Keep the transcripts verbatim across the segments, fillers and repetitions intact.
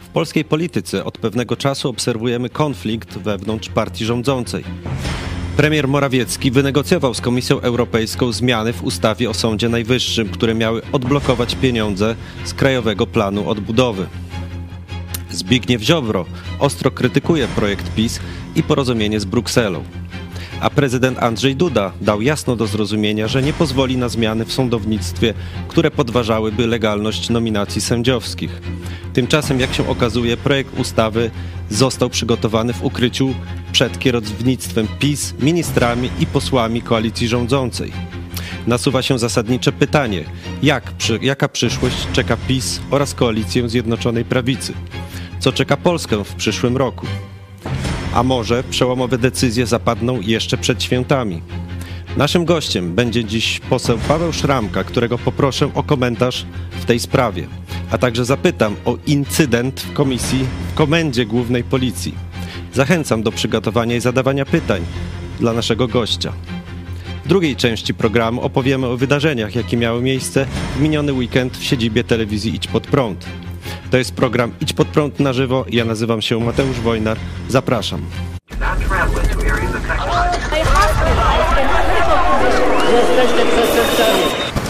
W polskiej polityce od pewnego czasu obserwujemy konflikt wewnątrz partii rządzącej. Premier Morawiecki wynegocjował z Komisją Europejską zmiany w ustawie o Sądzie Najwyższym, które miały odblokować pieniądze z Krajowego Planu Odbudowy. Zbigniew Ziobro ostro krytykuje projekt PiS i porozumienie z Brukselą. A prezydent Andrzej Duda dał jasno do zrozumienia, że nie pozwoli na zmiany w sądownictwie, które podważałyby legalność nominacji sędziowskich. Tymczasem, jak się okazuje, projekt ustawy został przygotowany w ukryciu przed kierownictwem PiS, ministrami i posłami koalicji rządzącej. Nasuwa się zasadnicze pytanie, jak, przy, jaka przyszłość czeka PiS oraz koalicję Zjednoczonej Prawicy? Co czeka Polskę w przyszłym roku? A może przełomowe decyzje zapadną jeszcze przed świętami? Naszym gościem będzie dziś poseł Paweł Szramka, którego poproszę o komentarz w tej sprawie, a także zapytam o incydent w komisji w Komendzie Głównej Policji. Zachęcam do przygotowania i zadawania pytań dla naszego gościa. W drugiej części programu opowiemy o wydarzeniach, jakie miały miejsce w miniony weekend w siedzibie telewizji Idź Pod Prąd. To jest program Idź Pod Prąd na żywo. Ja nazywam się Mateusz Wojnar. Zapraszam. Jesteście przestępcami.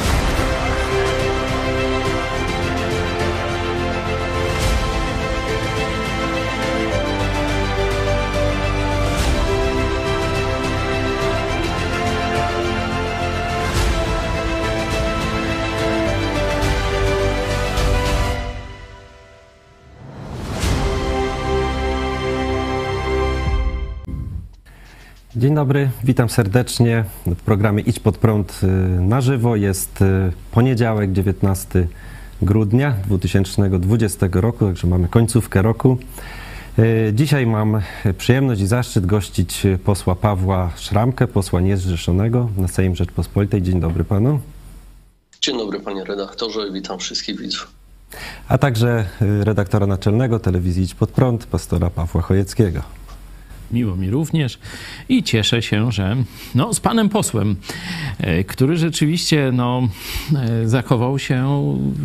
Dzień dobry, witam serdecznie w programie Idź Pod Prąd na żywo. Jest poniedziałek, dziewiętnastego grudnia dwa tysiące dwudziestego roku, także mamy końcówkę roku. Dzisiaj mam przyjemność i zaszczyt gościć posła Pawła Szramkę, posła niezrzeszonego na Sejm Rzeczpospolitej. Dzień dobry panu. Dzień dobry panie redaktorze, witam wszystkich widzów. A także redaktora naczelnego telewizji Idź Pod Prąd, pastora Pawła Chojeckiego. Miło mi również i cieszę się, że no, z panem posłem, który rzeczywiście no, zachował się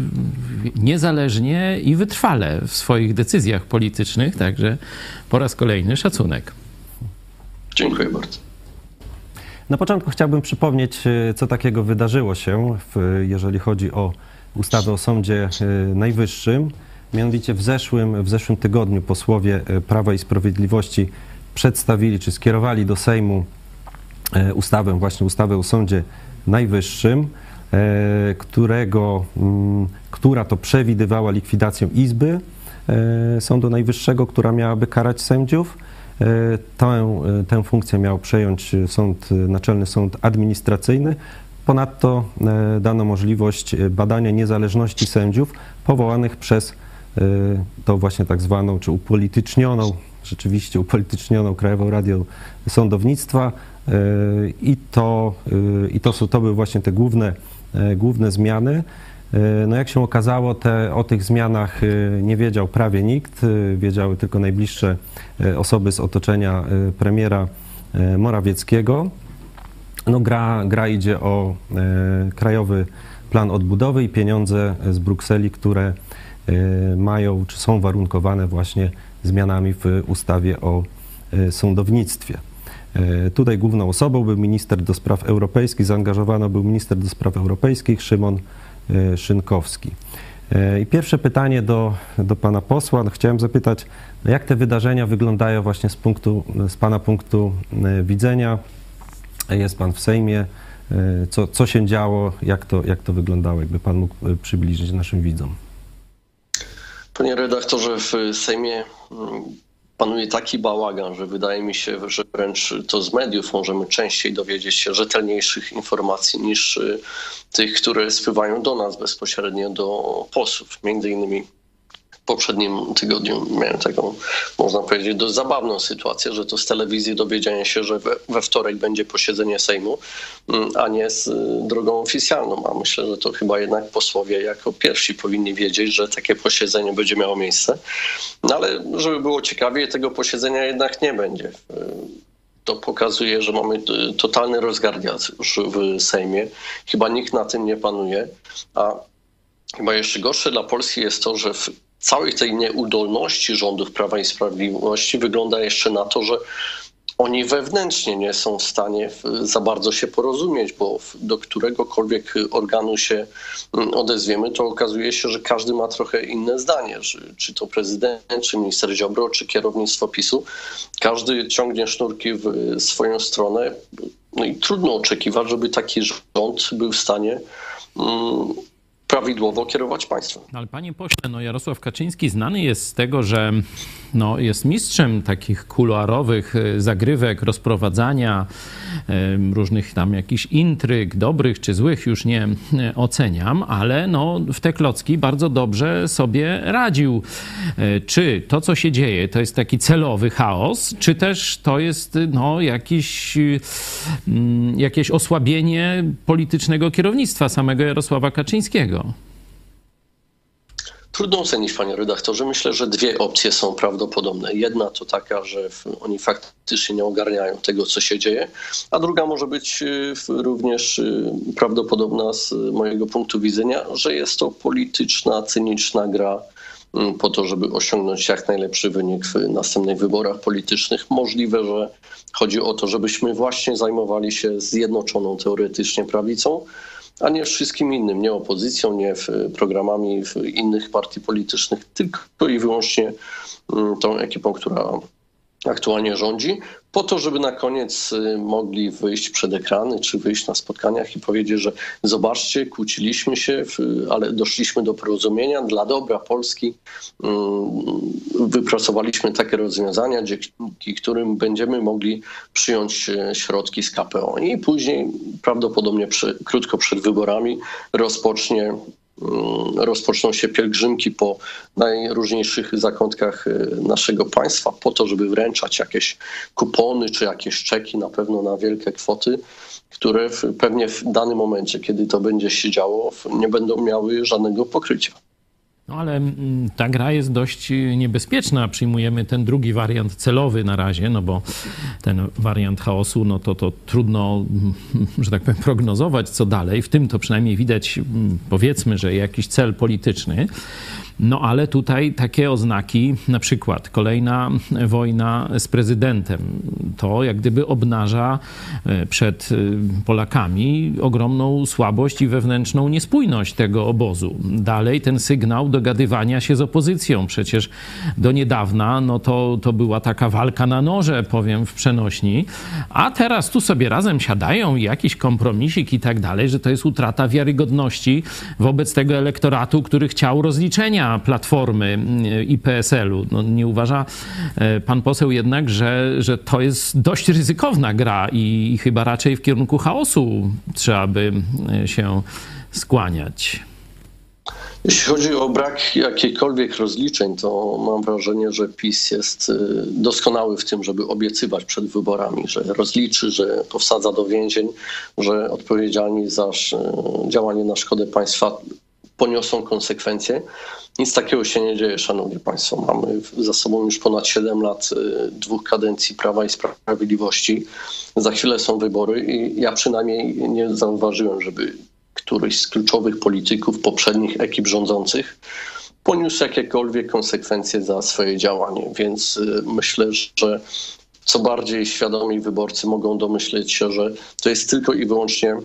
niezależnie i wytrwale w swoich decyzjach politycznych, także po raz kolejny szacunek. Dziękuję bardzo. Na początku chciałbym przypomnieć, co takiego wydarzyło się, w, jeżeli chodzi o ustawę o Sądzie Najwyższym. Mianowicie w zeszłym, w zeszłym tygodniu posłowie Prawa i Sprawiedliwości przedstawili, czy skierowali do Sejmu ustawę, właśnie ustawę o Sądzie Najwyższym, którego, która to przewidywała likwidację Izby Sądu Najwyższego, która miałaby karać sędziów. Tę, tę funkcję miał przejąć sąd, Naczelny Sąd Administracyjny. Ponadto dano możliwość badania niezależności sędziów powołanych przez tą właśnie tak zwaną, czy upolitycznioną, rzeczywiście upolitycznioną Krajową Radę Sądownictwa i to, i to, są, to były właśnie te główne, główne zmiany. No jak się okazało, te, o tych zmianach nie wiedział prawie nikt, wiedziały tylko najbliższe osoby z otoczenia premiera Morawieckiego. No gra, gra idzie o Krajowy Plan Odbudowy i pieniądze z Brukseli, które mają, czy są warunkowane właśnie zmianami w ustawie o sądownictwie. Tutaj główną osobą był minister do spraw europejskich, zaangażowano był minister do spraw europejskich Szymon Szynkowski. I pierwsze pytanie do, do pana posła. No, chciałem zapytać, jak te wydarzenia wyglądają właśnie z, punktu, z pana punktu widzenia? Jest pan w Sejmie. Co, co się działo? Jak to, jak to wyglądało? Jakby pan mógł przybliżyć naszym widzom? Panie redaktorze, w Sejmie panuje taki bałagan, że wydaje mi się, że wręcz to z mediów możemy częściej dowiedzieć się rzetelniejszych informacji niż tych, które spływają do nas bezpośrednio, do posłów. Między innymi w poprzednim tygodniu miałem taką, można powiedzieć, dość zabawną sytuację, że to z telewizji dowiedziałem się, że we, we wtorek będzie posiedzenie Sejmu, a nie z drogą oficjalną. A myślę, że to chyba jednak posłowie jako pierwsi powinni wiedzieć, że takie posiedzenie będzie miało miejsce. No ale żeby było ciekawie, tego posiedzenia jednak nie będzie. To pokazuje, że mamy totalny rozgardiac już w Sejmie. Chyba nikt na tym nie panuje. A chyba jeszcze gorsze dla Polski jest to, że w całej tej nieudolności rządów Prawa i Sprawiedliwości wygląda jeszcze na to, że oni wewnętrznie nie są w stanie za bardzo się porozumieć, bo do któregokolwiek organu się odezwiemy, to okazuje się, że każdy ma trochę inne zdanie. Czy to prezydent, czy minister Ziobro, czy kierownictwo PiSu. Każdy ciągnie sznurki w swoją stronę. No i trudno oczekiwać, żeby taki rząd był w stanie um, prawidłowo kierować państwem. Ale panie pośle, no Jarosław Kaczyński znany jest z tego, że no jest mistrzem takich kuluarowych zagrywek, rozprowadzania różnych tam jakichś intryg, dobrych czy złych, już nie oceniam, ale no w te klocki bardzo dobrze sobie radził. Czy to, co się dzieje, to jest taki celowy chaos, czy też to jest no jakiś, jakieś osłabienie politycznego kierownictwa samego Jarosława Kaczyńskiego? Trudno ocenić, panie redaktorze. Myślę, że dwie opcje są prawdopodobne. Jedna to taka, że oni faktycznie nie ogarniają tego, co się dzieje, a druga może być również prawdopodobna z mojego punktu widzenia, że jest to polityczna, cyniczna gra po to, żeby osiągnąć jak najlepszy wynik w następnych wyborach politycznych. Możliwe, że chodzi o to, żebyśmy właśnie zajmowali się zjednoczoną teoretycznie prawicą, a nie wszystkim innym, nie opozycją, nie programami w innych partii politycznych, tylko i wyłącznie tą ekipą, która aktualnie rządzi, po to, żeby na koniec mogli wyjść przed ekrany, czy wyjść na spotkaniach i powiedzieć, że zobaczcie, kłóciliśmy się, ale doszliśmy do porozumienia dla dobra Polski. Wypracowaliśmy takie rozwiązania, dzięki którym będziemy mogli przyjąć środki z K P O. I później prawdopodobnie przy, krótko przed wyborami rozpocznie rozpoczną się pielgrzymki po najróżniejszych zakątkach naszego państwa po to, żeby wręczać jakieś kupony czy jakieś czeki, na pewno na wielkie kwoty, które w, pewnie w danym momencie, kiedy to będzie się działo, nie będą miały żadnego pokrycia. No ale ta gra jest dość niebezpieczna. Przyjmujemy ten drugi wariant celowy na razie, no bo ten wariant chaosu, no to, to trudno, że tak powiem, prognozować, co dalej. W tym to przynajmniej widać, powiedzmy, że jakiś cel polityczny. No ale tutaj takie oznaki, na przykład kolejna wojna z prezydentem, to jak gdyby obnaża przed Polakami ogromną słabość i wewnętrzną niespójność tego obozu. Dalej ten sygnał dogadywania się z opozycją. Przecież do niedawna no to, to była taka walka na noże, powiem w przenośni, a teraz tu sobie razem siadają i jakiś kompromisik i tak dalej, że to jest utrata wiarygodności wobec tego elektoratu, który chciał rozliczenia Platformy i P S L-u. No, nie uważa pan poseł jednak, że, że to jest dość ryzykowna gra i, i chyba raczej w kierunku chaosu trzeba by się skłaniać? Jeśli chodzi o brak jakichkolwiek rozliczeń, to mam wrażenie, że PiS jest doskonały w tym, żeby obiecywać przed wyborami, że rozliczy, że powsadza do więzień, że odpowiedzialni za działanie na szkodę państwa poniosą konsekwencje. Nic takiego się nie dzieje, szanowni państwo. Mamy za sobą już ponad siedem lat dwóch kadencji Prawa i Sprawiedliwości. Za chwilę są wybory i ja przynajmniej nie zauważyłem, żeby któryś z kluczowych polityków poprzednich ekip rządzących poniósł jakiekolwiek konsekwencje za swoje działanie. Więc myślę, że co bardziej świadomi wyborcy mogą domyśleć się, że to jest tylko i wyłącznie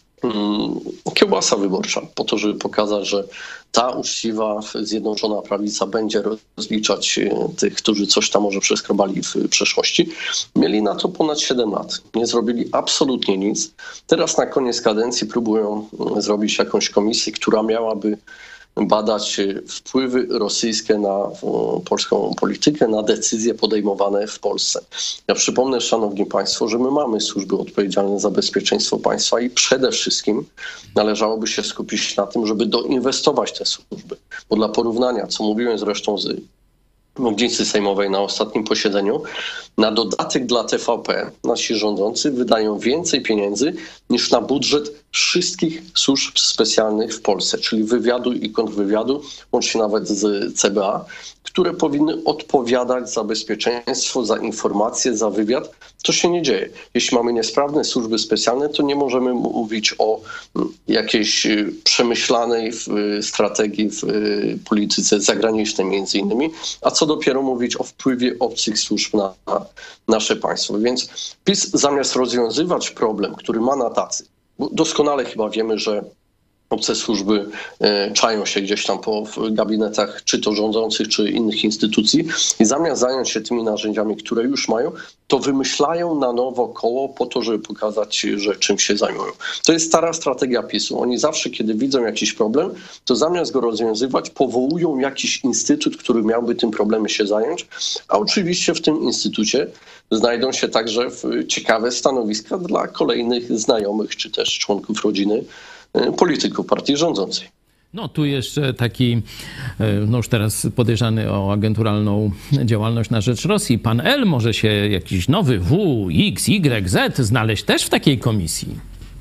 kiełbasa wyborcza, po to, żeby pokazać, że ta uczciwa, zjednoczona prawica będzie rozliczać tych, którzy coś tam może przeskrobali w przeszłości. Mieli na to ponad siedem lat. Nie zrobili absolutnie nic. Teraz na koniec kadencji próbują zrobić jakąś komisję, która miałaby badać wpływy rosyjskie na polską politykę, na decyzje podejmowane w Polsce. Ja przypomnę, szanowni państwo, że my mamy służby odpowiedzialne za bezpieczeństwo państwa i przede wszystkim należałoby się skupić na tym, żeby doinwestować te służby. Bo dla porównania, co mówiłem zresztą z mównicy sejmowej na ostatnim posiedzeniu, na dodatek dla T V P nasi rządzący wydają więcej pieniędzy niż na budżet wszystkich służb specjalnych w Polsce, czyli wywiadu i kontrwywiadu, łącznie nawet z C B A, które powinny odpowiadać za bezpieczeństwo, za informacje, za wywiad. To się nie dzieje. Jeśli mamy niesprawne służby specjalne, to nie możemy mówić o jakiejś przemyślanej strategii w polityce zagranicznej między innymi, a co dopiero mówić o wpływie obcych służb na nasze państwo. Więc PiS zamiast rozwiązywać problem, który ma na tacy, bo doskonale chyba wiemy, że obce służby czają się gdzieś tam po gabinetach, czy to rządzących, czy innych instytucji i zamiast zająć się tymi narzędziami, które już mają, to wymyślają na nowo koło po to, żeby pokazać, że czym się zajmują. To jest stara strategia PiSu. Oni zawsze, kiedy widzą jakiś problem, to zamiast go rozwiązywać, powołują jakiś instytut, który miałby tym problemem się zająć, a oczywiście w tym instytucie znajdą się także ciekawe stanowiska dla kolejnych znajomych, czy też członków rodziny polityków partii rządzącej. No tu jeszcze taki, no już teraz podejrzany o agenturalną działalność na rzecz Rosji, pan L. może się jakiś nowy W, X, Y, Z znaleźć też w takiej komisji.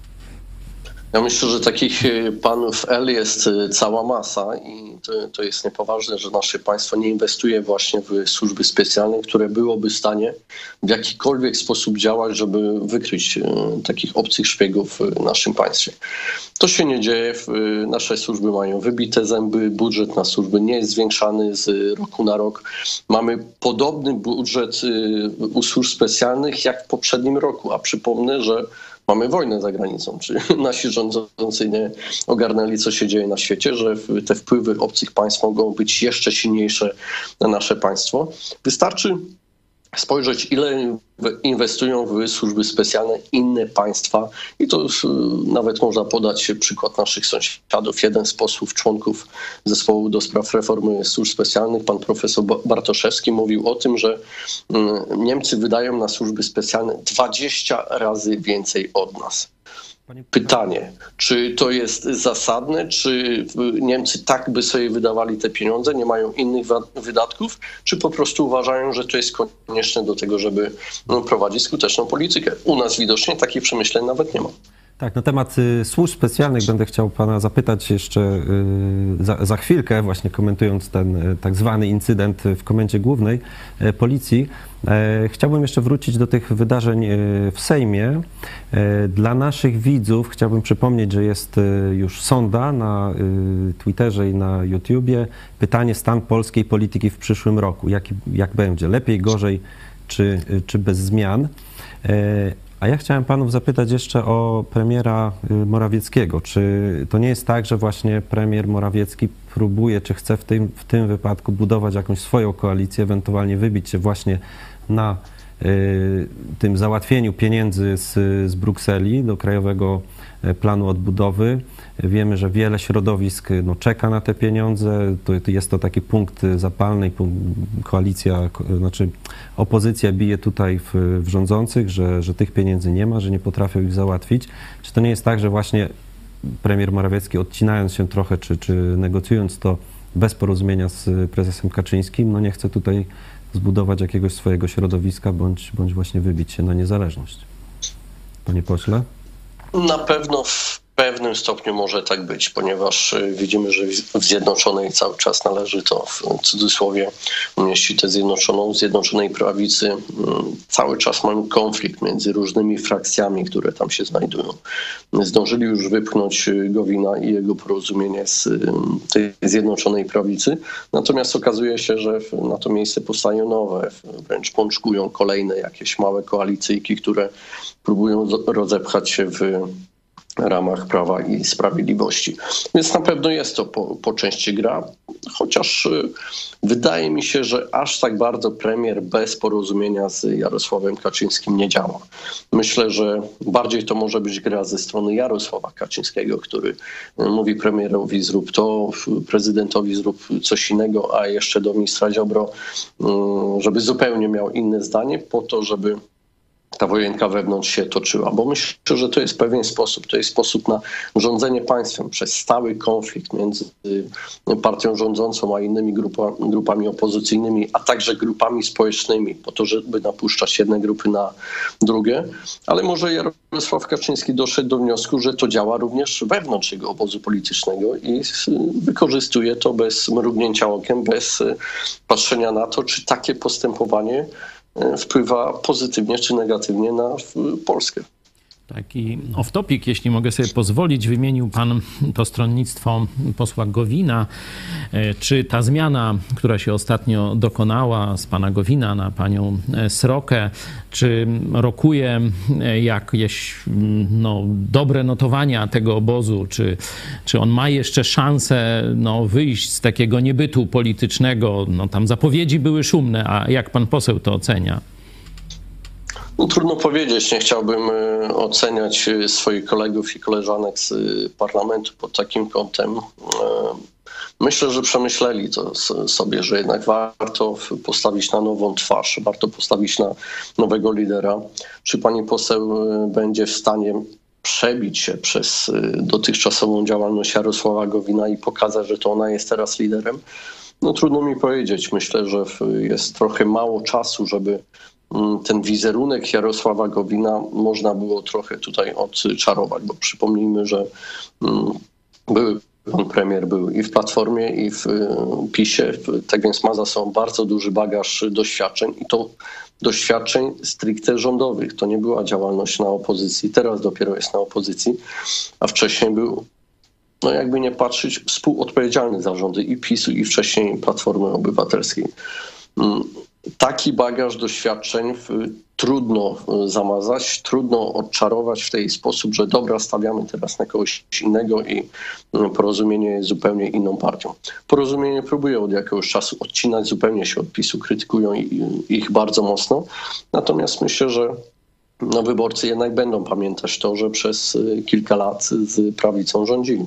Ja myślę, że takich panów L jest cała masa i to, to jest niepoważne, że nasze państwo nie inwestuje właśnie w służby specjalne, które byłoby w stanie w jakikolwiek sposób działać, żeby wykryć takich obcych szpiegów w naszym państwie. To się nie dzieje. Nasze służby mają wybite zęby, budżet na służby nie jest zwiększany z roku na rok. Mamy podobny budżet u służb specjalnych jak w poprzednim roku, a przypomnę, że mamy wojnę za granicą. Czy nasi rządzący nie ogarnęli, co się dzieje na świecie, że te wpływy obcych państw mogą być jeszcze silniejsze na nasze państwo. Wystarczy spojrzeć, ile inwestują w służby specjalne inne państwa i to nawet można podać przykład naszych sąsiadów. Jeden z posłów, członków zespołu do spraw reformy służb specjalnych, pan profesor Bartoszewski, mówił o tym, że Niemcy wydają na służby specjalne dwadzieścia razy więcej od nas. Pytanie, czy to jest zasadne, czy Niemcy tak by sobie wydawali te pieniądze, nie mają innych wydatków, czy po prostu uważają, że to jest konieczne do tego, żeby no, prowadzić skuteczną politykę. U nas widocznie takich przemyśleń nawet nie ma. Tak, na temat y, służb specjalnych będę chciał pana zapytać jeszcze y, za, za chwilkę, właśnie komentując ten y, tak zwany incydent w Komendzie Głównej y, Policji. E, chciałbym jeszcze wrócić do tych wydarzeń y, w Sejmie. E, dla naszych widzów chciałbym przypomnieć, że jest y, już sonda na y, Twitterze i na YouTubie. Pytanie: stan polskiej polityki w przyszłym roku. Jak, jak będzie? Lepiej, gorzej czy, y, czy bez zmian? E, A ja chciałem panów zapytać jeszcze o premiera Morawieckiego. Czy to nie jest tak, że właśnie premier Morawiecki próbuje, czy chce w tym, w tym wypadku budować jakąś swoją koalicję, ewentualnie wybić się właśnie na y, tym załatwieniu pieniędzy z, z Brukseli do Krajowego Planu Odbudowy? Wiemy, że wiele środowisk no, czeka na te pieniądze. To, to jest to taki punkt zapalny. Koalicja, znaczy opozycja bije tutaj w, w rządzących, że, że tych pieniędzy nie ma, że nie potrafią ich załatwić. Czy to nie jest tak, że właśnie premier Morawiecki, odcinając się trochę, czy, czy negocjując to bez porozumienia z prezesem Kaczyńskim, no nie chce tutaj zbudować jakiegoś swojego środowiska, bądź, bądź właśnie wybić się na niezależność? Panie pośle? Na pewno w pewnym stopniu może tak być, ponieważ widzimy, że w Zjednoczonej cały czas należy to w cudzysłowie umieścić tę Zjednoczoną, Zjednoczonej Prawicy. Cały czas mamy konflikt między różnymi frakcjami, które tam się znajdują. Zdążyli już wypchnąć Gowina i jego porozumienie z tej Zjednoczonej Prawicy, natomiast okazuje się, że na to miejsce powstają nowe, wręcz pączkują kolejne jakieś małe koalicyjki, które próbują rozepchać się w ramach Prawa i Sprawiedliwości. Więc na pewno jest to po, po części gra, chociaż wydaje mi się, że aż tak bardzo premier bez porozumienia z Jarosławem Kaczyńskim nie działa. Myślę, że bardziej to może być gra ze strony Jarosława Kaczyńskiego, który mówi premierowi zrób to, prezydentowi zrób coś innego, a jeszcze do ministra Ziobro, żeby zupełnie miał inne zdanie po to, żeby ta wojenka wewnątrz się toczyła, bo myślę, że to jest pewien sposób, to jest sposób na rządzenie państwem przez stały konflikt między partią rządzącą a innymi grupa, grupami opozycyjnymi, a także grupami społecznymi, po to, żeby napuszczać jedne grupy na drugie, ale może Jarosław Kaczyński doszedł do wniosku, że to działa również wewnątrz jego obozu politycznego i wykorzystuje to bez mrugnięcia okiem, bez patrzenia na to, czy takie postępowanie wpływa pozytywnie czy negatywnie na Polskę. Taki off-topic, jeśli mogę sobie pozwolić, wymienił pan to stronnictwo posła Gowina. Czy ta zmiana, która się ostatnio dokonała z pana Gowina na panią Srokę, czy rokuje jakieś no, dobre notowania tego obozu? Czy, czy on ma jeszcze szansę no, wyjść z takiego niebytu politycznego? No, tam zapowiedzi były szumne, a jak pan poseł to ocenia? No, trudno powiedzieć. Nie chciałbym oceniać swoich kolegów i koleżanek z parlamentu pod takim kątem. Myślę, że przemyśleli to sobie, że jednak warto postawić na nową twarz, warto postawić na nowego lidera. Czy pani poseł będzie w stanie przebić się przez dotychczasową działalność Jarosława Gowina i pokazać, że to ona jest teraz liderem? No trudno mi powiedzieć. Myślę, że jest trochę mało czasu, żeby ten wizerunek Jarosława Gowina można było trochę tutaj odczarować, bo przypomnijmy, że były pan premier był i w Platformie, i w PiSie, tak więc ma za sobą bardzo duży bagaż doświadczeń i to doświadczeń stricte rządowych. To nie była działalność na opozycji, teraz dopiero jest na opozycji, a wcześniej był, no jakby nie patrzeć, współodpowiedzialny za rządy i PiSu, i wcześniej Platformy Obywatelskiej. Taki bagaż doświadczeń trudno zamazać, trudno odczarować w ten sposób, że dobra, stawiamy teraz na kogoś innego i Porozumienie jest zupełnie inną partią. Porozumienie próbuje od jakiegoś czasu odcinać zupełnie się od PiSu, krytykują ich bardzo mocno, natomiast myślę, że no, wyborcy jednak będą pamiętać to, że przez kilka lat z prawicą rządzili.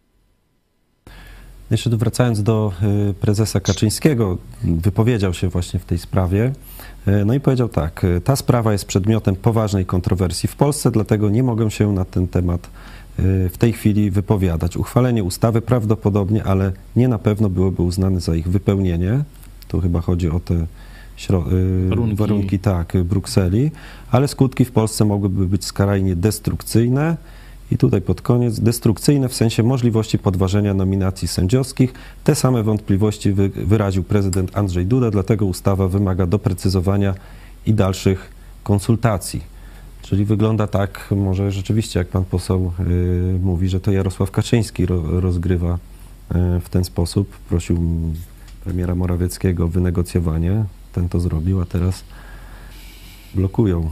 Jeszcze wracając do prezesa Kaczyńskiego, wypowiedział się właśnie w tej sprawie, no i powiedział tak: ta sprawa jest przedmiotem poważnej kontrowersji w Polsce, dlatego nie mogę się na ten temat w tej chwili wypowiadać. Uchwalenie ustawy prawdopodobnie, ale nie na pewno byłoby uznane za ich wypełnienie. Tu chyba chodzi o te warunki, warunki tak, Brukseli, ale skutki w Polsce mogłyby być skrajnie destrukcyjne. I tutaj pod koniec, destrukcyjne w sensie możliwości podważenia nominacji sędziowskich. Te same wątpliwości wy, wyraził prezydent Andrzej Duda, dlatego ustawa wymaga doprecyzowania i dalszych konsultacji. Czyli wygląda tak, może rzeczywiście, jak pan poseł y, mówi, że to Jarosław Kaczyński ro, rozgrywa y, w ten sposób. Prosił premiera Morawieckiego o wynegocjowanie. Ten to zrobił, a teraz blokują.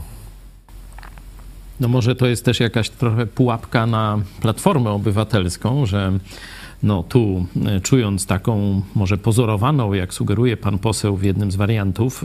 No może to jest też jakaś trochę pułapka na Platformę Obywatelską, że no tu czując taką może pozorowaną, jak sugeruje pan poseł w jednym z wariantów,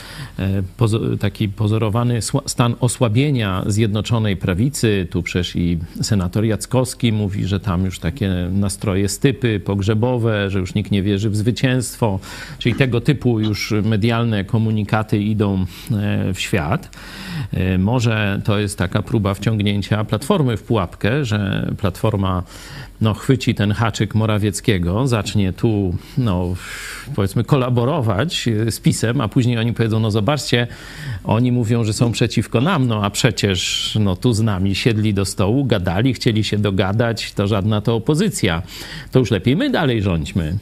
taki pozorowany stan osłabienia Zjednoczonej Prawicy, tu przecież i senator Jackowski mówi, że tam już takie nastroje stypy pogrzebowe, że już nikt nie wierzy w zwycięstwo, czyli tego typu już medialne komunikaty idą w świat. Może to jest taka próba wciągnięcia Platformy w pułapkę, że Platforma no, chwyci ten haczyk Morawieckiego, zacznie tu, no, powiedzmy, kolaborować z PiS-em, a później oni powiedzą, no zobaczcie, oni mówią, że są przeciwko nam, no a przecież no, tu z nami siedli do stołu, gadali, chcieli się dogadać, to żadna to opozycja. To już lepiej my dalej rządźmy.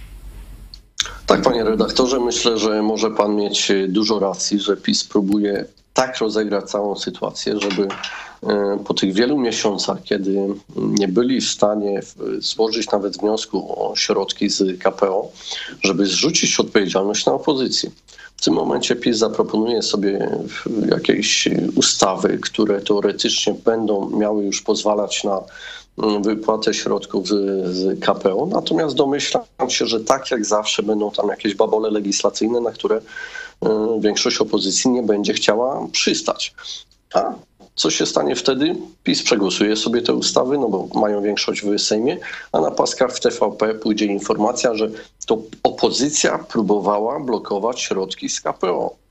Tak, panie redaktorze, myślę, że może pan mieć dużo racji, że PiS próbuje tak rozegrać całą sytuację, żeby po tych wielu miesiącach, kiedy nie byli w stanie złożyć nawet wniosku o środki z K P O, żeby zrzucić odpowiedzialność na opozycję. W tym momencie PiS zaproponuje sobie jakieś ustawy, które teoretycznie będą miały już pozwalać na wypłatę środków z K P O, natomiast domyślam się, że tak jak zawsze będą tam jakieś babole legislacyjne, na które większość opozycji nie będzie chciała przystać. A co się stanie wtedy? PiS przegłosuje sobie te ustawy, no bo mają większość w Sejmie, a na paskach w T V P pójdzie informacja, że to opozycja próbowała blokować środki z K P O.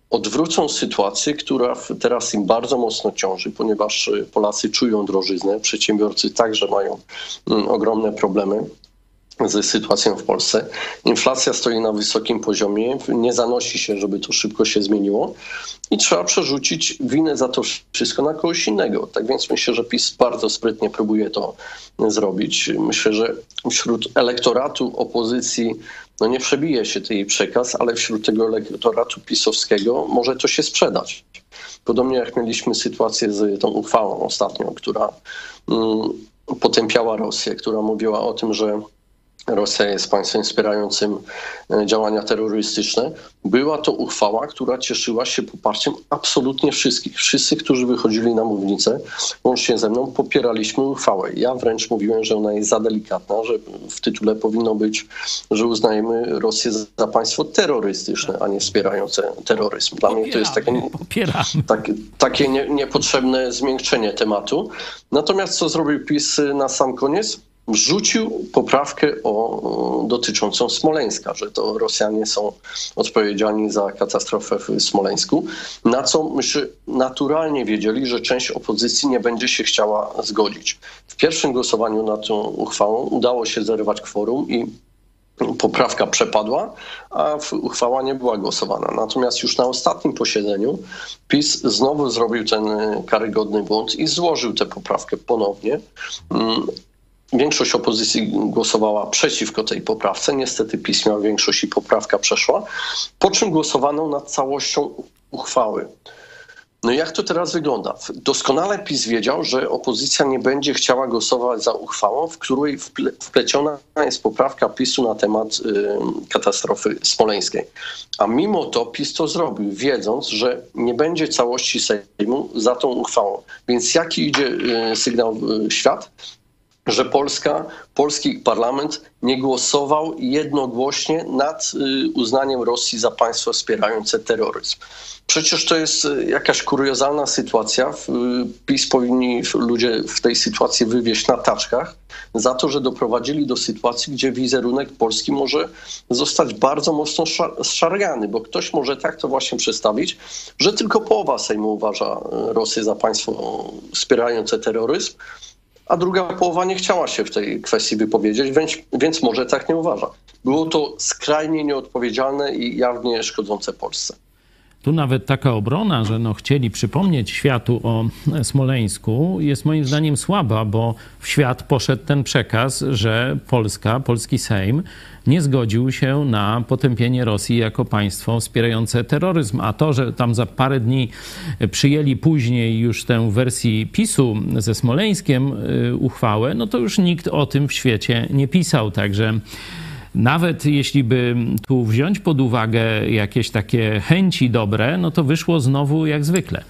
odwrócą sytuację, która teraz im bardzo mocno ciąży, ponieważ Polacy czują drożyznę, przedsiębiorcy także mają ogromne problemy ze sytuacją w Polsce. Inflacja stoi na wysokim poziomie, nie zanosi się, żeby to szybko się zmieniło i trzeba przerzucić winę za to wszystko na kogoś innego. Tak więc myślę, że PiS bardzo sprytnie próbuje to zrobić. Myślę, że wśród elektoratu opozycji no nie przebije się tej przekaz, ale wśród tego elektoratu pisowskiego może to się sprzedać. Podobnie jak mieliśmy sytuację z tą uchwałą ostatnią, która mm, potępiała Rosję, która mówiła o tym, że Rosja jest państwem wspierającym działania terrorystyczne. Była to uchwała, która cieszyła się poparciem absolutnie wszystkich. Wszyscy, którzy wychodzili na mównicę, łącznie ze mną, popieraliśmy uchwałę. Ja wręcz mówiłem, że ona jest za delikatna, że w tytule powinno być, że uznajemy Rosję za państwo terrorystyczne, a nie wspierające terroryzm. Dla mnie to jest takie, takie, takie nie, niepotrzebne zmiękczenie tematu. Natomiast co zrobił PiS na sam koniec? Rzucił poprawkę o, dotyczącą Smoleńska, że to Rosjanie są odpowiedzialni za katastrofę w Smoleńsku, na co myśmy naturalnie wiedzieli, że część opozycji nie będzie się chciała zgodzić. W pierwszym głosowaniu nad tą uchwałą udało się zerwać kworum i poprawka przepadła, a uchwała nie była głosowana. Natomiast już na ostatnim posiedzeniu PiS znowu zrobił ten karygodny błąd i złożył tę poprawkę ponownie. Większość opozycji głosowała przeciwko tej poprawce. Niestety PiS miał większość i poprawka przeszła. Po czym głosowano nad całością uchwały. No i jak to teraz wygląda? Doskonale PiS wiedział, że opozycja nie będzie chciała głosować za uchwałą, w której wple- wpleciona jest poprawka PiSu na temat y, katastrofy smoleńskiej. A mimo to PiS to zrobił, wiedząc, że nie będzie całości Sejmu za tą uchwałą. Więc jaki idzie y, sygnał w świat? Że Polska, polski parlament nie głosował jednogłośnie nad uznaniem Rosji za państwo wspierające terroryzm. Przecież to jest jakaś kuriozalna sytuacja. PiS powinni ludzie w tej sytuacji wywieźć na taczkach za to, że doprowadzili do sytuacji, gdzie wizerunek Polski może zostać bardzo mocno zszargany, bo ktoś może tak to właśnie przedstawić, że tylko połowa Sejmu uważa Rosję za państwo wspierające terroryzm, a druga połowa nie chciała się w tej kwestii wypowiedzieć, więc, więc może tak nie uważa. Było to skrajnie nieodpowiedzialne i jawnie szkodzące Polsce. Tu nawet taka obrona, że no chcieli przypomnieć światu o Smoleńsku, jest moim zdaniem słaba, bo w świat poszedł ten przekaz, że Polska, polski Sejm nie zgodził się na potępienie Rosji jako państwo wspierające terroryzm. A to, że tam za parę dni przyjęli później już tę wersję PiSu ze Smoleńskiem uchwałę, no to już nikt o tym w świecie nie pisał. Także nawet jeśli by tu wziąć pod uwagę jakieś takie chęci dobre, no to wyszło znowu jak zwykle.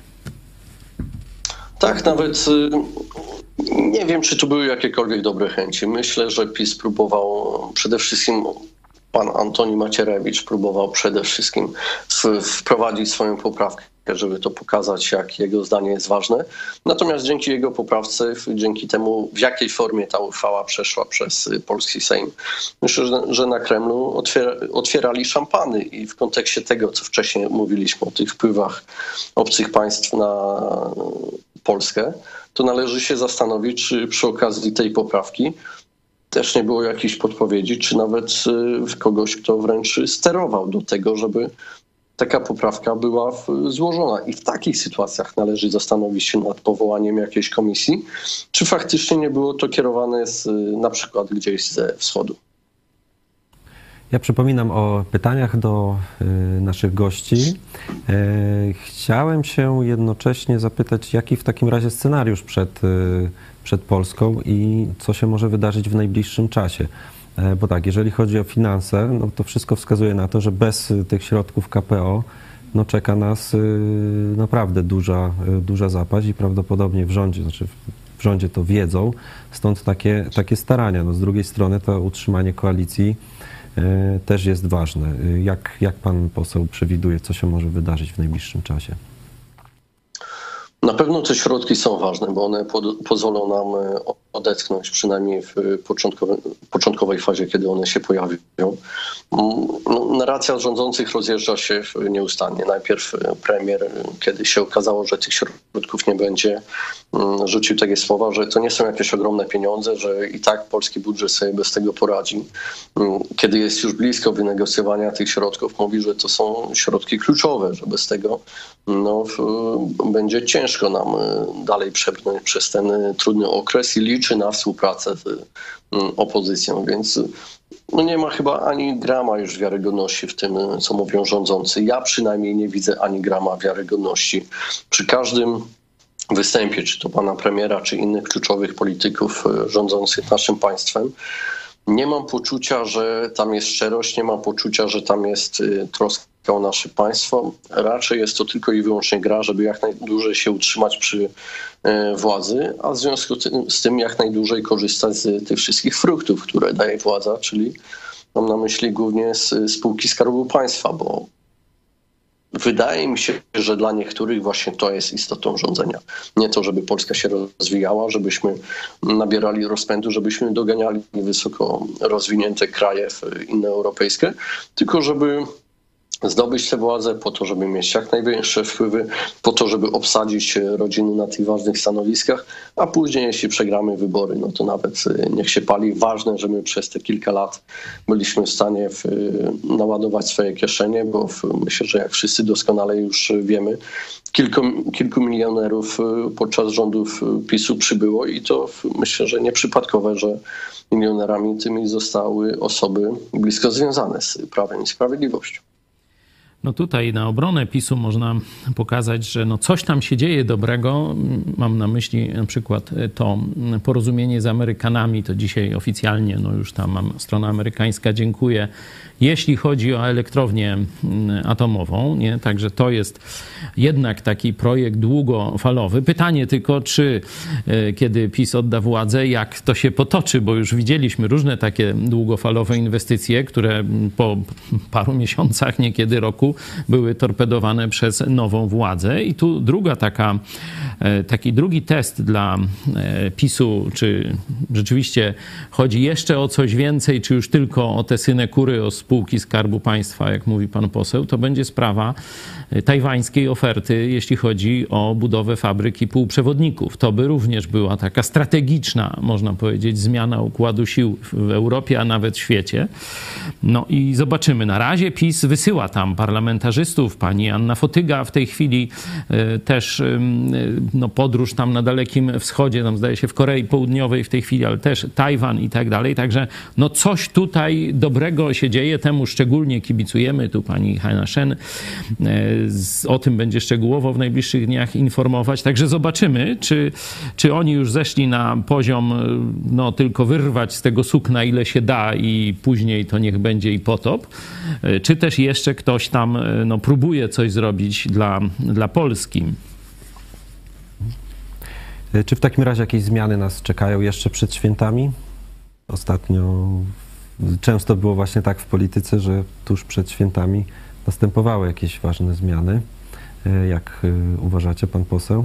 Tak, nawet nie wiem, czy tu były jakiekolwiek dobre chęci. Myślę, że PiS próbował przede wszystkim, pan Antoni Macierewicz próbował przede wszystkim wprowadzić swoją poprawkę, żeby to pokazać, jak jego zdanie jest ważne. Natomiast dzięki jego poprawce, dzięki temu, w jakiej formie ta uchwała przeszła przez polski Sejm, myślę, że, że na Kremlu otwiera, otwierali szampany i w kontekście tego, co wcześniej mówiliśmy o tych wpływach obcych państw na Polskę, to należy się zastanowić, czy przy okazji tej poprawki też nie było jakichś podpowiedzi, czy nawet kogoś, kto wręcz sterował do tego, żeby taka poprawka była złożona. I w takich sytuacjach należy zastanowić się nad powołaniem jakiejś komisji, czy faktycznie nie było to kierowane z, na przykład gdzieś ze wschodu. Ja przypominam o pytaniach do y, naszych gości. Y, chciałem się jednocześnie zapytać, jaki w takim razie scenariusz przed, y, przed Polską i co się może wydarzyć w najbliższym czasie. Y, bo tak, jeżeli chodzi o finanse, no to wszystko wskazuje na to, że bez tych środków K P O no czeka nas y, naprawdę duża, y, duża zapaść i prawdopodobnie w rządzie, znaczy w rządzie to wiedzą, stąd takie, takie starania. No z drugiej strony to utrzymanie koalicji też jest ważne. Jak, jak pan poseł przewiduje, co się może wydarzyć w najbliższym czasie? Na pewno te środki są ważne, bo one pod, pozwolą nam odetchnąć, przynajmniej w początkowej, początkowej fazie, kiedy one się pojawią. No, narracja rządzących rozjeżdża się nieustannie. Najpierw premier, kiedy się okazało, że tych środków nie będzie, rzucił takie słowa, że to nie są jakieś ogromne pieniądze, że i tak polski budżet sobie bez tego poradzi. Kiedy jest już blisko wynegocjowania tych środków, mówi, że to są środki kluczowe, że bez tego no, będzie ciężko nam dalej przebrnąć przez ten trudny okres i liczy na współpracę z opozycją, więc no nie ma chyba ani grama już wiarygodności w tym, co mówią rządzący. Ja przynajmniej nie widzę ani grama wiarygodności. Przy każdym występie, czy to pana premiera, czy innych kluczowych polityków rządzących naszym państwem, nie mam poczucia, że tam jest szczerość, nie mam poczucia, że tam jest troska o nasze państwo. Raczej jest to tylko i wyłącznie gra, żeby jak najdłużej się utrzymać przy władzy, a w związku z tym jak najdłużej korzystać z tych wszystkich fruktów, które daje władza, czyli mam na myśli głównie z spółki Skarbu Państwa, bo wydaje mi się, że dla niektórych właśnie to jest istotą rządzenia. Nie to, żeby Polska się rozwijała, żebyśmy nabierali rozpędu, żebyśmy doganiali wysoko rozwinięte kraje inne europejskie, tylko żeby zdobyć tę władzę po to, żeby mieć jak największe wpływy, po to, żeby obsadzić rodziny na tych ważnych stanowiskach, a później, jeśli przegramy wybory, no to nawet niech się pali. Ważne, że my przez te kilka lat byliśmy w stanie w, naładować swoje kieszenie, bo w, myślę, że jak wszyscy doskonale już wiemy, kilku, kilku milionerów podczas rządów PiSu przybyło i to w, myślę, że nieprzypadkowe, że milionerami tymi zostały osoby blisko związane z Prawem i Sprawiedliwością. No tutaj na obronę PiSu można pokazać, że no coś tam się dzieje dobrego. Mam na myśli na przykład to porozumienie z Amerykanami, to dzisiaj oficjalnie, no już tam strona amerykańska dziękuję, jeśli chodzi o elektrownię atomową, nie? Także to jest jednak taki projekt długofalowy. Pytanie tylko, czy kiedy PiS odda władzę, jak to się potoczy, bo już widzieliśmy różne takie długofalowe inwestycje, które po paru miesiącach, niekiedy roku, były torpedowane przez nową władzę. I tu druga taka, taki drugi test dla PiSu, czy rzeczywiście chodzi jeszcze o coś więcej, czy już tylko o te synekury, o spółki Skarbu Państwa, jak mówi pan poseł, to będzie sprawa tajwańskiej oferty, jeśli chodzi o budowę fabryki półprzewodników. To by również była taka strategiczna, można powiedzieć, zmiana układu sił w Europie, a nawet w świecie. No i zobaczymy. Na razie PiS wysyła tam parlamentarzystów. Pani Anna Fotyga w tej chwili też no, podróż tam na Dalekim Wschodzie, tam zdaje się w Korei Południowej w tej chwili, ale też Tajwan i tak dalej. Także no coś tutaj dobrego się dzieje. Temu szczególnie kibicujemy. Tu pani Hanna Shen o tym będzie szczegółowo w najbliższych dniach informować. Także zobaczymy, czy, czy oni już zeszli na poziom no tylko wyrwać z tego sukna ile się da i później to niech będzie i potop, czy też jeszcze ktoś tam no, próbuje coś zrobić dla, dla Polski. Czy w takim razie jakieś zmiany nas czekają jeszcze przed świętami? Ostatnio często było właśnie tak w polityce, że tuż przed świętami następowały jakieś ważne zmiany. Jak uważacie, pan poseł?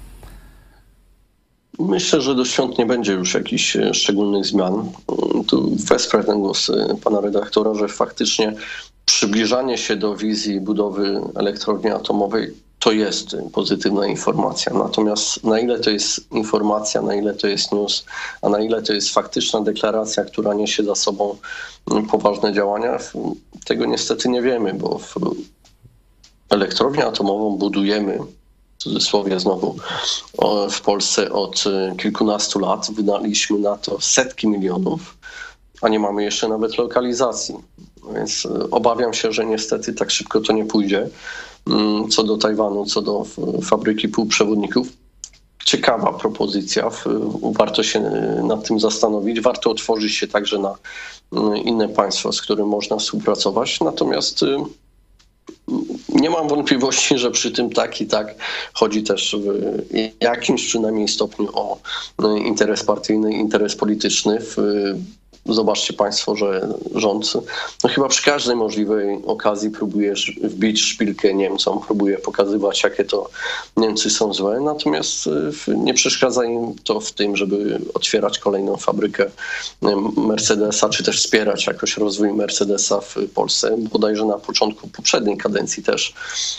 Myślę, że do świąt nie będzie już jakichś szczególnych zmian. Tu wesprę ten głos pana redaktora, że faktycznie przybliżanie się do wizji budowy elektrowni atomowej to jest pozytywna informacja. Natomiast na ile to jest informacja, na ile to jest news, a na ile to jest faktyczna deklaracja, która niesie za sobą poważne działania, tego niestety nie wiemy, bo w elektrownię atomową budujemy, w cudzysłowie znowu, w Polsce od kilkunastu lat. Wydaliśmy na to setki milionów, a nie mamy jeszcze nawet lokalizacji. Więc obawiam się, że niestety tak szybko to nie pójdzie. Co do Tajwanu, co do fabryki półprzewodników. Ciekawa propozycja, warto się nad tym zastanowić, warto otworzyć się także na inne państwa, z którym można współpracować. Natomiast nie mam wątpliwości, że przy tym tak i tak chodzi też w jakimś przynajmniej stopniu o interes partyjny, interes polityczny. W zobaczcie Państwo, że rząd no chyba przy każdej możliwej okazji próbuje wbić szpilkę Niemcom, próbuje pokazywać, jakie to Niemcy są złe, natomiast nie przeszkadza im to w tym, żeby otwierać kolejną fabrykę Mercedesa, czy też wspierać jakoś rozwój Mercedesa w Polsce. Bodajże na początku poprzedniej kadencji też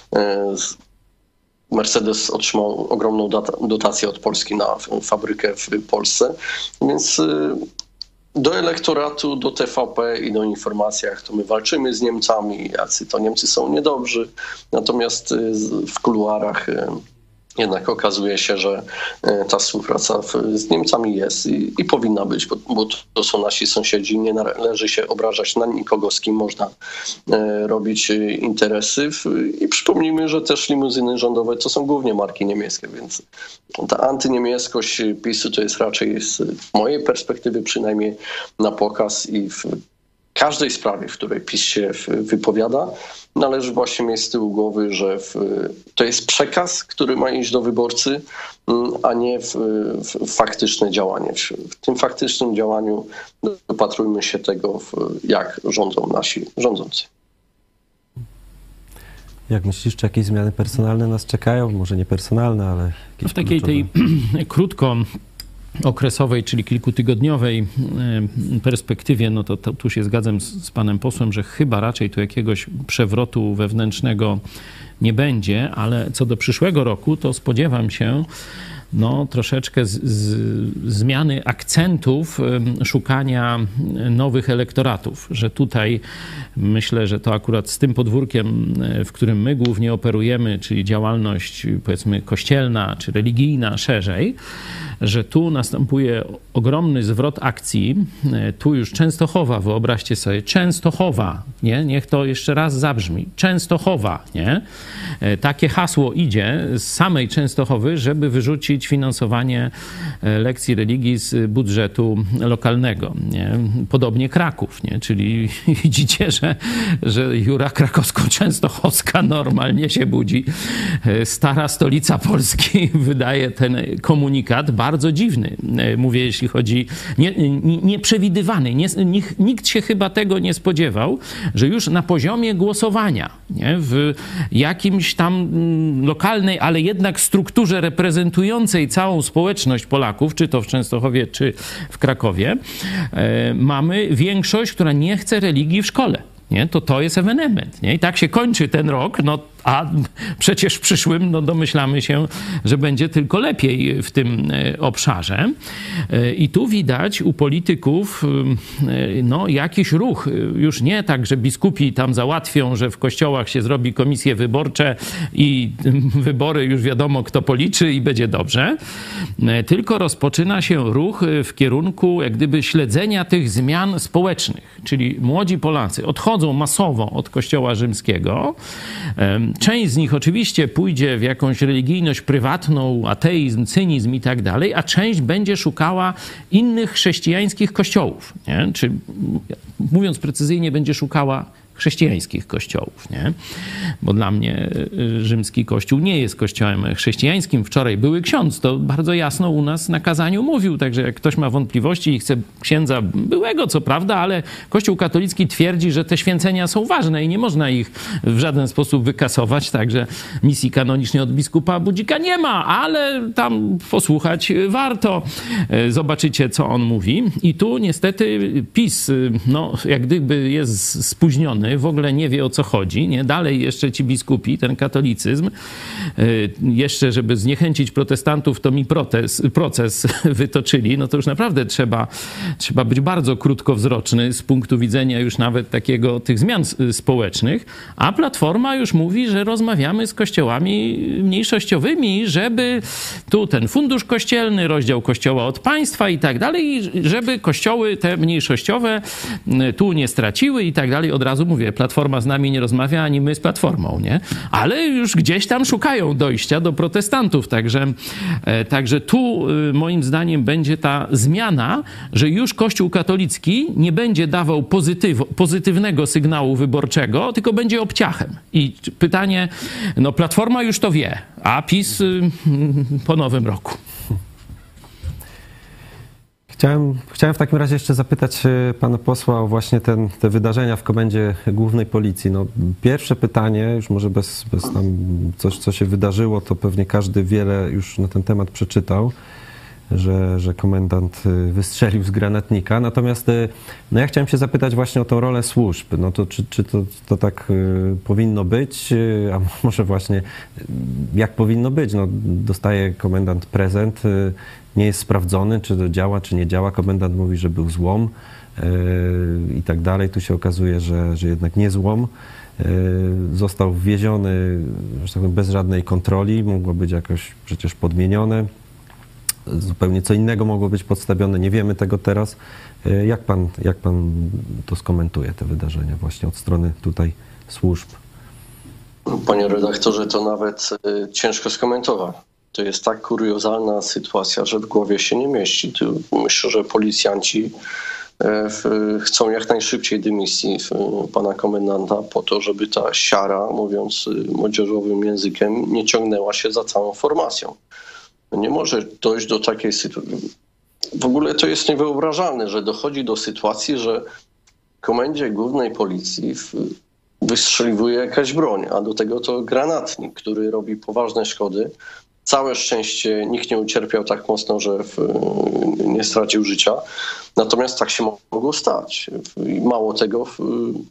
Mercedes otrzymał ogromną dotację od Polski na fabrykę w Polsce, więc do elektoratu, do T V P i do informacjach to my walczymy z Niemcami, jacy to Niemcy są niedobrzy, natomiast w kuluarach jednak okazuje się, że ta współpraca z Niemcami jest i, i powinna być, bo, bo to są nasi sąsiedzi. Nie należy się obrażać na nikogo, z kim można e, robić interesy. I przypomnijmy, że też limuzyny rządowe to są głównie marki niemieckie, więc ta antyniemieckość PiSu to jest raczej z mojej perspektywy przynajmniej na pokaz i w każdej sprawie, w której PiS się wypowiada, należy właśnie mieć z tyłu głowy, że w, to jest przekaz, który ma iść do wyborcy, a nie w, w faktyczne działanie. W, w tym faktycznym działaniu dopatrujmy się tego, w, jak rządzą nasi rządzący. Jak myślisz, czy jakieś zmiany personalne nas czekają? Może nie personalne, ale jakieś w takiej kluczowe? tej krótko okresowej, czyli kilkutygodniowej perspektywie, no to, to tu się zgadzam z, z panem posłem, że chyba raczej tu jakiegoś przewrotu wewnętrznego nie będzie, ale co do przyszłego roku, to spodziewam się no, troszeczkę z, z, zmiany akcentów szukania nowych elektoratów, że tutaj myślę, że to akurat z tym podwórkiem, w którym my głównie operujemy, czyli działalność powiedzmy kościelna czy religijna szerzej, że tu następuje ogromny zwrot akcji. Tu już Częstochowa, wyobraźcie sobie, Częstochowa, nie? Niech to jeszcze raz zabrzmi. Częstochowa, nie? Takie hasło idzie z samej Częstochowy, żeby wyrzucić finansowanie lekcji religii z budżetu lokalnego, nie? Podobnie Kraków, nie? Czyli widzicie, że, że Jura Krakowsko-Częstochowska normalnie się budzi. Stara stolica Polski wydaje ten komunikat bardzo dziwny. Mówię, jeśli chodzi nie, nie, nieprzewidywany. Nie, nikt, nikt się chyba tego nie spodziewał, że już na poziomie głosowania, nie, w jakimś tam lokalnej, ale jednak strukturze reprezentującej całą społeczność Polaków, czy to w Częstochowie, czy w Krakowie, e, mamy większość, która nie chce religii w szkole. Nie? To to jest ewenement. Nie? I tak się kończy ten rok, no, a przecież w przyszłym no, domyślamy się, że będzie tylko lepiej w tym obszarze. I tu widać u polityków no, jakiś ruch. Już nie tak, że biskupi tam załatwią, że w kościołach się zrobi komisje wyborcze i wybory już wiadomo kto policzy i będzie dobrze. Tylko rozpoczyna się ruch w kierunku jak gdyby śledzenia tych zmian społecznych. Czyli młodzi Polacy odchodzą masowo od kościoła rzymskiego. Część z nich oczywiście pójdzie w jakąś religijność prywatną, ateizm, cynizm i tak dalej, a część będzie szukała innych chrześcijańskich kościołów. Nie? Czy mówiąc precyzyjnie, będzie szukała chrześcijańskich kościołów, nie? Bo dla mnie rzymski kościół nie jest kościołem chrześcijańskim. Wczoraj były ksiądz, to bardzo jasno u nas na kazaniu mówił, także jak ktoś ma wątpliwości i chce księdza byłego, co prawda, ale Kościół katolicki twierdzi, że te święcenia są ważne i nie można ich w żaden sposób wykasować, także misji kanonicznej od biskupa Budzika nie ma, ale tam posłuchać warto. Zobaczycie, co on mówi. I tu niestety PiS, no, jak gdyby jest spóźniony, w ogóle nie wie, o co chodzi. Nie? Dalej jeszcze ci biskupi, ten katolicyzm, jeszcze żeby zniechęcić protestantów, to mi proces, proces wytoczyli, no to już naprawdę trzeba, trzeba być bardzo krótkowzroczny z punktu widzenia już nawet takiego tych zmian społecznych, a Platforma już mówi, że rozmawiamy z kościołami mniejszościowymi, żeby tu ten fundusz kościelny, rozdział kościoła od państwa i tak dalej, żeby kościoły te mniejszościowe tu nie straciły i tak dalej. Od razu mówię, Platforma z nami nie rozmawia, ani my z Platformą, nie? Ale już gdzieś tam szukają dojścia do protestantów, także, także tu moim zdaniem będzie ta zmiana, że już Kościół katolicki nie będzie dawał pozytyw, pozytywnego sygnału wyborczego, tylko będzie obciachem. I pytanie, no Platforma już to wie, a PiS po nowym roku. Chciałem, chciałem w takim razie jeszcze zapytać pana posła o właśnie ten, te wydarzenia w Komendzie Głównej Policji. No, pierwsze pytanie, już może bez, bez tam coś, co się wydarzyło, to pewnie każdy wiele już na ten temat przeczytał, że, że komendant wystrzelił z granatnika. Natomiast no ja chciałem się zapytać właśnie o tą rolę służb. No to czy, czy to, to tak powinno być, a może właśnie jak powinno być? No, dostaje komendant prezent, nie jest sprawdzony, czy to działa, czy nie działa. Komendant mówi, że był złom yy, i tak dalej. Tu się okazuje, że, że jednak nie złom. Yy, został wwieziony, że tak powiem, bez żadnej kontroli. Mogło być jakoś przecież podmienione. Zupełnie co innego mogło być podstawione. Nie wiemy tego teraz. Yy, jak pan, jak pan to skomentuje, te wydarzenia właśnie od strony tutaj służb? Panie redaktorze, to nawet y, ciężko skomentować. To jest tak kuriozalna sytuacja, że w głowie się nie mieści. Tu myślę, że policjanci w, chcą jak najszybciej dymisji pana komendanta po to, żeby ta siara, mówiąc młodzieżowym językiem, nie ciągnęła się za całą formacją. Nie może dojść do takiej sytuacji. W ogóle to jest niewyobrażalne, że dochodzi do sytuacji, że w Komendzie Głównej Policji wystrzeliwuje jakaś broń, a do tego to granatnik, który robi poważne szkody. Całe szczęście nikt nie ucierpiał tak mocno, że w, nie stracił życia. Natomiast tak się mogło stać. I mało tego, w,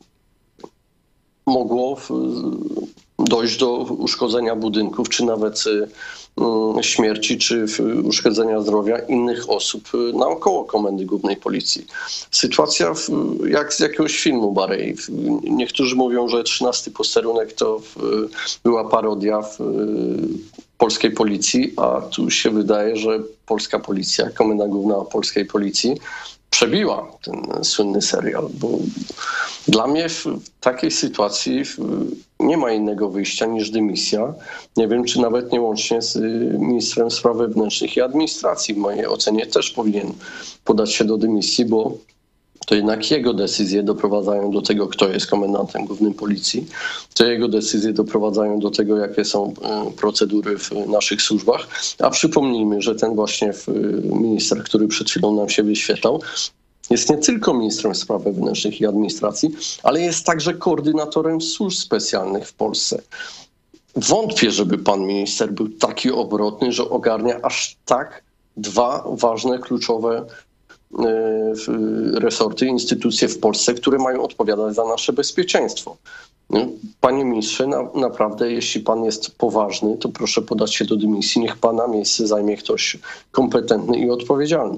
mogło w, dojść do uszkodzenia budynków, czy nawet y, śmierci, czy uszkodzenia zdrowia innych osób naokoło Komendy Głównej Policji. Sytuacja w, jak z jakiegoś filmu Barei. Niektórzy mówią, że trzynasty posterunek to w, była parodia w, polskiej policji, a tu się wydaje, że polska policja, Komenda Główna Polskiej Policji przebiła ten słynny serial, bo dla mnie w takiej sytuacji nie ma innego wyjścia niż dymisja. Nie wiem, czy nawet nie łącznie z ministrem spraw wewnętrznych i administracji. W mojej ocenie też powinien podać się do dymisji, bo to jednak jego decyzje doprowadzają do tego, kto jest komendantem głównym policji. To jego decyzje doprowadzają do tego, jakie są procedury w naszych służbach. A przypomnijmy, że ten właśnie minister, który przed chwilą nam się wyświetlał, jest nie tylko ministrem spraw wewnętrznych i administracji, ale jest także koordynatorem służb specjalnych w Polsce. Wątpię, żeby pan minister był taki obrotny, że ogarnia aż tak dwa ważne, kluczowe resorty, instytucje w Polsce, które mają odpowiadać za nasze bezpieczeństwo. Panie ministrze, na, naprawdę, jeśli pan jest poważny, to proszę podać się do dymisji. Niech pana miejsce zajmie ktoś kompetentny i odpowiedzialny.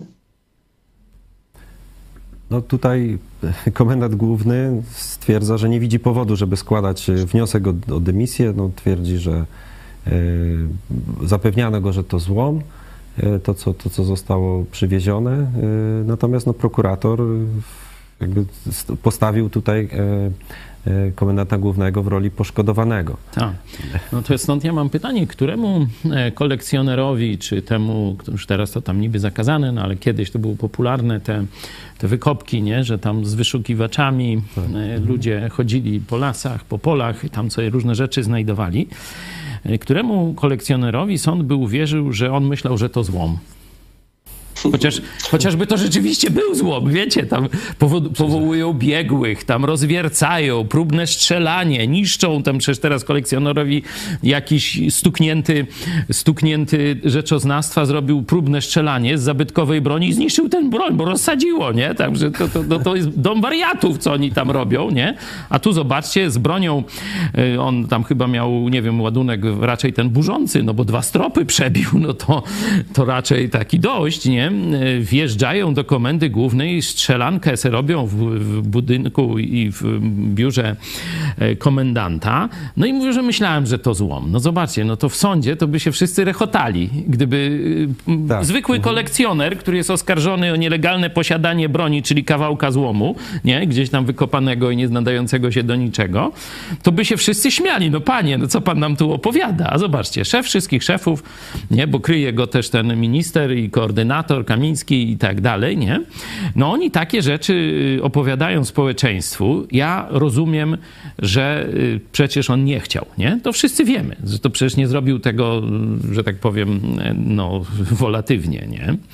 No tutaj komendant główny stwierdza, że nie widzi powodu, żeby składać wniosek o, o dymisję. No, twierdzi, że y, zapewniano go, że to złom, y, to, co, to co zostało przywiezione. Y, natomiast no, prokurator y, jakby postawił tutaj y, y, komendanta głównego w roli poszkodowanego. Tak. No to stąd ja mam pytanie, któremu kolekcjonerowi, czy temu, już teraz to tam niby zakazane, no ale kiedyś to było popularne, te, te wykopki, nie? Że tam z wyszukiwaczami tak. ludzie chodzili po lasach, po polach, tam sobie różne rzeczy znajdowali. Któremu kolekcjonerowi sąd by uwierzył, że on myślał, że to złom? Chociaż, chociażby to rzeczywiście był złom, wiecie, tam powo- powołują biegłych, tam rozwiercają, próbne strzelanie, niszczą, tam przecież teraz kolekcjonerowi jakiś stuknięty, stuknięty rzeczoznawstwa zrobił próbne strzelanie z zabytkowej broni i zniszczył tę broń, bo rozsadziło, nie? Także to, to, to, to jest dom wariatów, co oni tam robią, nie? A tu zobaczcie, z bronią, on tam chyba miał, nie wiem, ładunek raczej ten burzący, no bo dwa stropy przebił, no to, to raczej taki dość, nie? Wjeżdżają do Komendy Głównej, strzelankę se robią w, w budynku i w biurze komendanta. No i mówią, że myślałem, że to złom. No zobaczcie, no to w sądzie to by się wszyscy rechotali. Gdyby tak. zwykły kolekcjoner, który jest oskarżony o nielegalne posiadanie broni, czyli kawałka złomu, nie, gdzieś tam wykopanego i nie nadającego się do niczego, to by się wszyscy śmiali. No panie, no co pan nam tu opowiada? A zobaczcie, szef wszystkich szefów, nie, bo kryje go też ten minister i koordynator Kamiński i tak dalej, nie? No oni takie rzeczy opowiadają społeczeństwu. Ja rozumiem, że przecież on nie chciał, nie? To wszyscy wiemy, że to przecież nie zrobił tego, że tak powiem, no, wolatywnie, nie?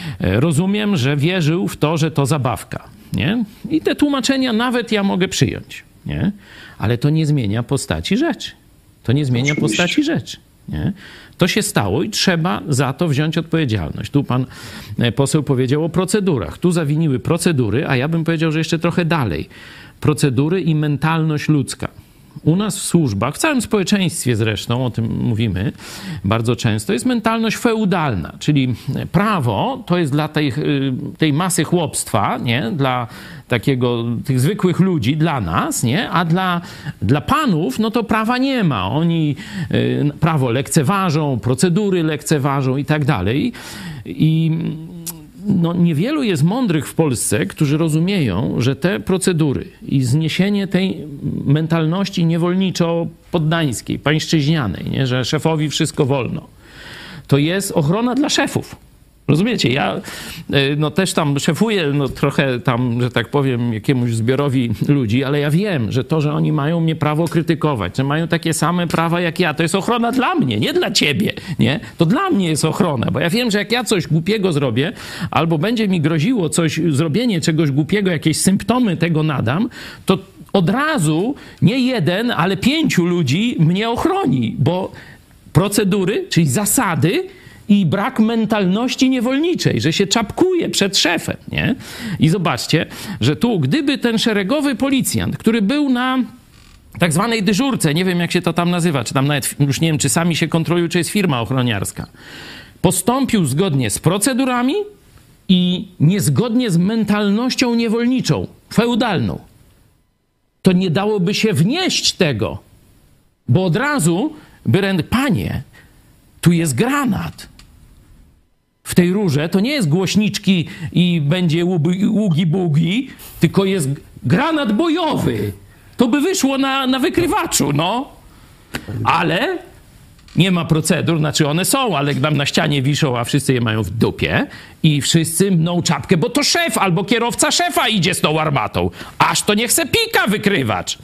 Rozumiem, że wierzył w to, że to zabawka, nie? I te tłumaczenia nawet ja mogę przyjąć, nie? Ale to nie zmienia postaci rzeczy. To nie zmienia Oczywiście. postaci rzeczy, nie? To się stało i trzeba za to wziąć odpowiedzialność. Tu pan poseł powiedział o procedurach. Tu zawiniły procedury, a ja bym powiedział, że jeszcze trochę dalej. Procedury i mentalność ludzka. U nas w służbach, w całym społeczeństwie zresztą, o tym mówimy bardzo często, jest mentalność feudalna, czyli prawo to jest dla tej, tej masy chłopstwa, nie? Dla takiego, tych zwykłych ludzi, dla nas, nie? A dla, dla panów, no to prawa nie ma. Oni y, prawo lekceważą, procedury lekceważą i tak dalej. I no, niewielu jest mądrych w Polsce, którzy rozumieją, że te procedury i zniesienie tej mentalności niewolniczo-poddańskiej, pańszczyźnianej, nie? Że szefowi wszystko wolno, to jest ochrona dla szefów. Rozumiecie? Ja no, też tam szefuję no, trochę tam, że tak powiem, jakiemuś zbiorowi ludzi, ale ja wiem, że to, że oni mają mnie prawo krytykować, że mają takie same prawa jak ja, to jest ochrona dla mnie, nie dla ciebie, nie? To dla mnie jest ochrona, bo ja wiem, że jak ja coś głupiego zrobię, albo będzie mi groziło coś, zrobienie czegoś głupiego, jakieś symptomy tego nadam, to od razu nie jeden, ale pięciu ludzi mnie ochroni, bo procedury, czyli zasady, i brak mentalności niewolniczej, że się czapkuje przed szefem, nie? I zobaczcie, że tu, gdyby ten szeregowy policjant, który był na tak zwanej dyżurce, nie wiem jak się to tam nazywa, czy tam nawet, już nie wiem, czy sami się kontrolują, czy jest firma ochroniarska, postąpił zgodnie z procedurami i niezgodnie z mentalnością niewolniczą, feudalną, to nie dałoby się wnieść tego, bo od razu by ręd, panie, tu jest granat. W tej rurze to nie jest głośniczki i będzie ługi-bugi, tylko jest granat bojowy. To by wyszło na, na wykrywaczu, no. Ale nie ma procedur, znaczy one są, ale tam na ścianie wiszą, a wszyscy je mają w dupie i wszyscy mną czapkę, bo to szef albo kierowca szefa idzie z tą armatą. Aż to niech se pika wykrywacz.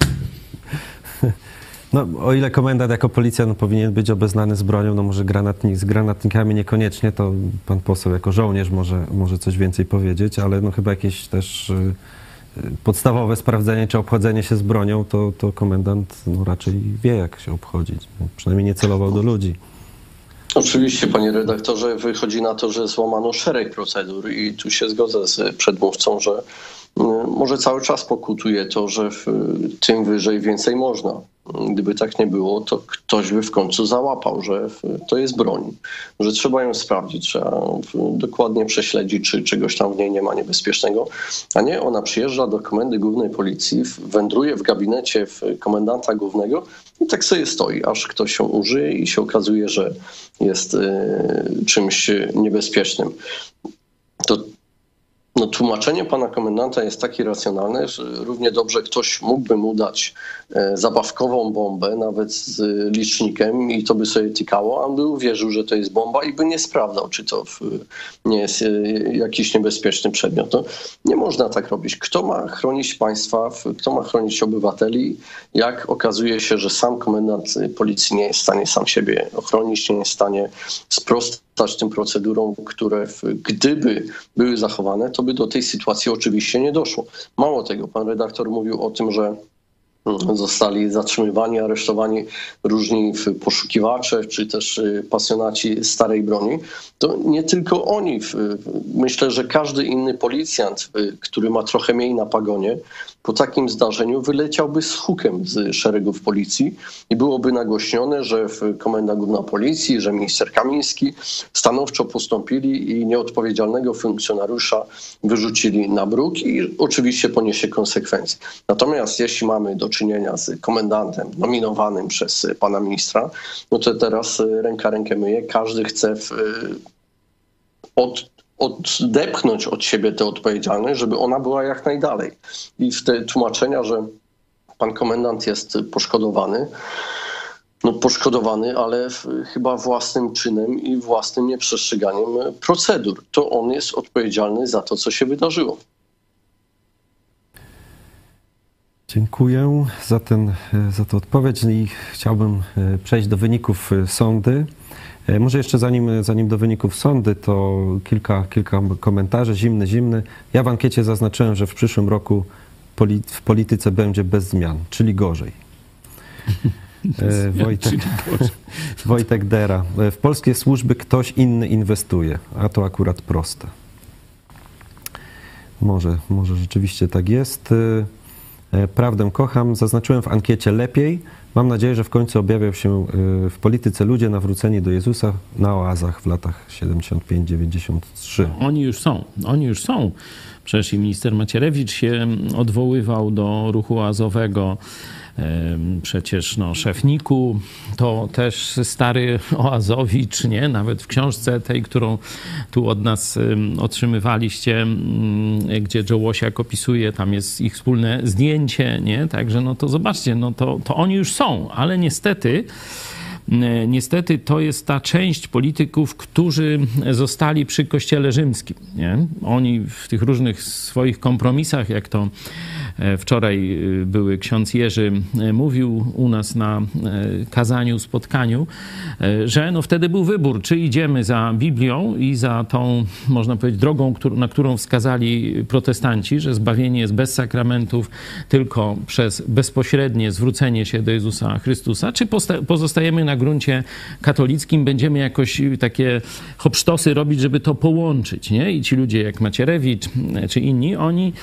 No, o ile komendant jako policjant no, powinien być obeznany z bronią, no może granatnik, z granatnikami niekoniecznie, to pan poseł jako żołnierz może, może coś więcej powiedzieć, ale no chyba jakieś też y, podstawowe sprawdzenie czy obchodzenie się z bronią, to, to komendant no, raczej wie, jak się obchodzić. No, przynajmniej nie celował do ludzi. Oczywiście, panie redaktorze, wychodzi na to, że złamano szereg procedur i tu się zgodzę z przedmówcą, że może cały czas pokutuje to, że w tym wyżej więcej można. Gdyby tak nie było, to ktoś by w końcu załapał, że to jest broń, że trzeba ją sprawdzić, trzeba dokładnie prześledzić, czy czegoś tam w niej nie ma niebezpiecznego, a nie ona przyjeżdża do Komendy Głównej Policji, wędruje w gabinecie w komendanta głównego i tak sobie stoi, aż ktoś się użyje i się okazuje, że jest czymś niebezpiecznym. To No, tłumaczenie pana komendanta jest takie racjonalne, że równie dobrze ktoś mógłby mu dać zabawkową bombę, nawet z licznikiem i to by sobie tikało, a on by uwierzył, że to jest bomba i by nie sprawdzał, czy to nie jest jakiś niebezpieczny przedmiot. No, nie można tak robić. Kto ma chronić państwa, kto ma chronić obywateli, jak okazuje się, że sam komendant policji nie jest w stanie sam siebie ochronić, nie jest w stanie sprostać tym procedurom, które gdyby były zachowane, to by do tej sytuacji oczywiście nie doszło. Mało tego, pan redaktor mówił o tym, że zostali zatrzymywani, aresztowani różni poszukiwacze, czy też pasjonaci starej broni. To nie tylko oni. Myślę, że każdy inny policjant, który ma trochę mniej na pagonie, po takim zdarzeniu wyleciałby z hukiem z szeregów policji i byłoby nagłośnione, że Komenda Główna Policji, że minister Kamiński stanowczo postąpili i nieodpowiedzialnego funkcjonariusza wyrzucili na bruk i oczywiście poniesie konsekwencje. Natomiast jeśli mamy do czynienia z komendantem nominowanym przez pana ministra, no to teraz ręka rękę myje. Każdy chce w, od odepchnąć od siebie tę odpowiedzialność, żeby ona była jak najdalej. I w te tłumaczenia, że pan komendant jest poszkodowany, no poszkodowany, ale w, chyba własnym czynem i własnym nieprzestrzeganiem procedur. To on jest odpowiedzialny za to, co się wydarzyło. Dziękuję za, ten, za tę odpowiedź i chciałbym przejść do wyników sądy. Może jeszcze zanim, zanim do wyników sądy, to kilka, kilka komentarzy, zimny, zimny. Ja w ankiecie zaznaczyłem, że w przyszłym roku poli, w polityce będzie bez zmian, czyli gorzej. Wojtek, Wojtek Dera. W polskie służby ktoś inny inwestuje, a to akurat proste. Może, może rzeczywiście tak jest. Prawdę kocham. Zaznaczyłem w ankiecie lepiej. Mam nadzieję, że w końcu objawią się w polityce ludzie nawróceni do Jezusa na oazach w latach siedemdziesiąt pięć dziewięćdziesiąt trzy. Oni już są, oni już są. Przecież i minister Macierewicz się odwoływał do ruchu oazowego. Przecież no, szef Niku to też stary oazowicz, nie? Nawet w książce tej, którą tu od nas otrzymywaliście, gdzie Joe Łosiak opisuje, tam jest ich wspólne zdjęcie, nie? Także no to zobaczcie, no to, to oni już są, ale niestety Niestety to jest ta część polityków, którzy zostali przy Kościele Rzymskim. Nie? Oni w tych różnych swoich kompromisach, jak to wczoraj były ksiądz Jerzy mówił u nas na kazaniu, spotkaniu, że no wtedy był wybór, czy idziemy za Biblią i za tą, można powiedzieć, drogą, na którą wskazali protestanci, że zbawienie jest bez sakramentów, tylko przez bezpośrednie zwrócenie się do Jezusa Chrystusa, czy pozostajemy na gruncie katolickim, będziemy jakoś takie hopsztosy robić, żeby to połączyć, nie? I ci ludzie jak Macierewicz czy inni, oni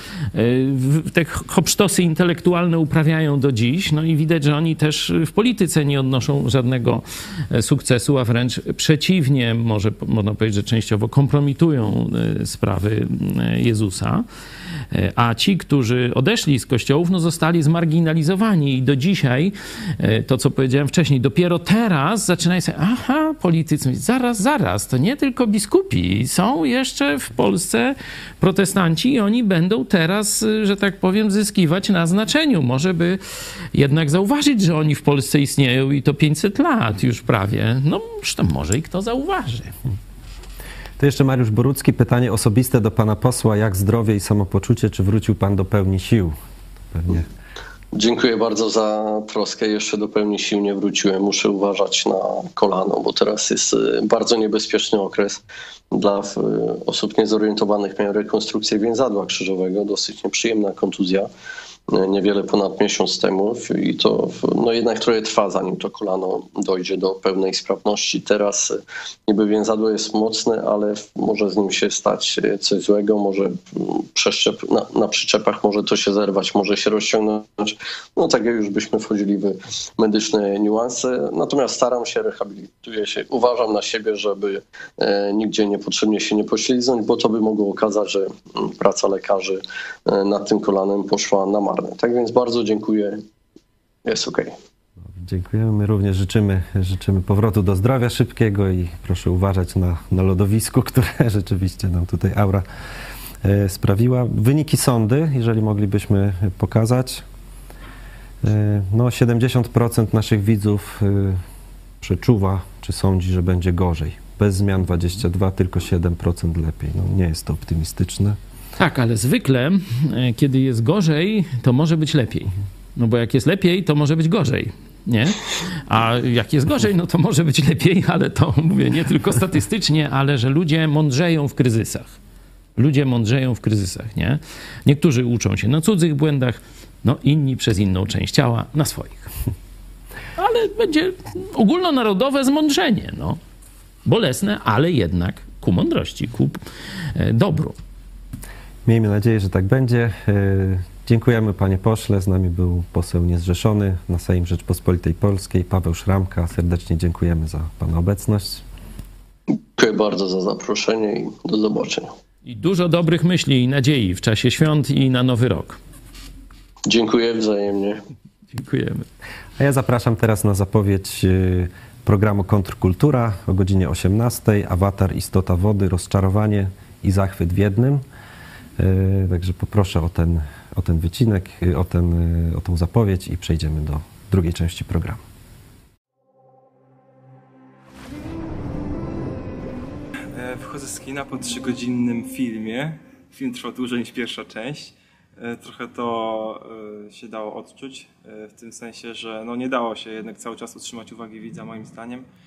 te hopsztosy intelektualne uprawiają do dziś, no i widać, że oni też w polityce nie odnoszą żadnego sukcesu, a wręcz przeciwnie, może można powiedzieć, że częściowo kompromitują sprawy Jezusa. A ci, którzy odeszli z kościołów, no zostali zmarginalizowani i do dzisiaj, to co powiedziałem wcześniej, dopiero teraz zaczynają sobie, aha, politycy, zaraz, zaraz, to nie tylko biskupi, są jeszcze w Polsce protestanci i oni będą teraz, że tak powiem, zyskiwać na znaczeniu. Może by jednak zauważyć, że oni w Polsce istnieją i to pięćset lat już prawie. No, zresztą może i kto zauważy. To jeszcze Mariusz Borucki, pytanie osobiste do pana posła. Jak zdrowie i samopoczucie? Czy wrócił pan do pełni sił? Pewnie. Dziękuję bardzo za troskę. Jeszcze do pełni sił nie wróciłem. Muszę uważać na kolano, bo teraz jest bardzo niebezpieczny okres. Dla osób niezorientowanych miałem rekonstrukcję więzadła krzyżowego. Dosyć nieprzyjemna kontuzja. Niewiele ponad miesiąc temu i to no jednak trochę trwa, zanim to kolano dojdzie do pełnej sprawności. Teraz niby więzadło jest mocne, ale może z nim się stać coś złego, może przeszczep, na, na przyczepach może to się zerwać, może się rozciągnąć. No tak jak już byśmy wchodzili w medyczne niuanse. Natomiast staram się, rehabilituję się, uważam na siebie, żeby e, nigdzie niepotrzebnie się nie poślizgnąć, bo to by mogło okazać, że praca lekarzy e, nad tym kolanem poszła na marne. Tak więc bardzo dziękuję. Jest okej. Okay. Dziękujemy. My również życzymy, życzymy powrotu do zdrowia szybkiego i proszę uważać na, na lodowisku, które rzeczywiście nam tutaj aura e, sprawiła. Wyniki sądy, jeżeli moglibyśmy pokazać. E, no siedemdziesiąt procent naszych widzów e, przeczuwa, czy sądzi, że będzie gorzej. Bez zmian dwadzieścia dwa, tylko siedem procent lepiej. No, nie jest to optymistyczne. Tak, ale zwykle, kiedy jest gorzej, to może być lepiej. No bo jak jest lepiej, to może być gorzej, nie? A jak jest gorzej, no to może być lepiej, ale to mówię nie tylko statystycznie, ale że ludzie mądrzeją w kryzysach. Ludzie mądrzeją w kryzysach, nie? Niektórzy uczą się na cudzych błędach, no inni przez inną część ciała na swoich. Ale będzie ogólnonarodowe zmądrzenie, no. Bolesne, ale jednak ku mądrości, ku dobru. Miejmy nadzieję, że tak będzie. Dziękujemy panie pośle. Z nami był poseł niezrzeszony na Sejm Rzeczpospolitej Polskiej, Paweł Szramka. Serdecznie dziękujemy za pana obecność. Dziękuję bardzo za zaproszenie i do zobaczenia. I dużo dobrych myśli i nadziei w czasie świąt i na Nowy Rok. Dziękuję wzajemnie. Dziękujemy. A ja zapraszam teraz na zapowiedź programu Kontrkultura o godzinie osiemnastej. Awatar, istota wody, rozczarowanie i zachwyt w jednym. Także poproszę o ten, o ten wycinek, o, ten, o tą zapowiedź i przejdziemy do drugiej części programu. Wchodzę z kina po trzygodzinnym filmie. Film trwał dłużej niż pierwsza część. Trochę to się dało odczuć, w tym sensie, że no nie dało się jednak cały czas utrzymać uwagi widza moim zdaniem.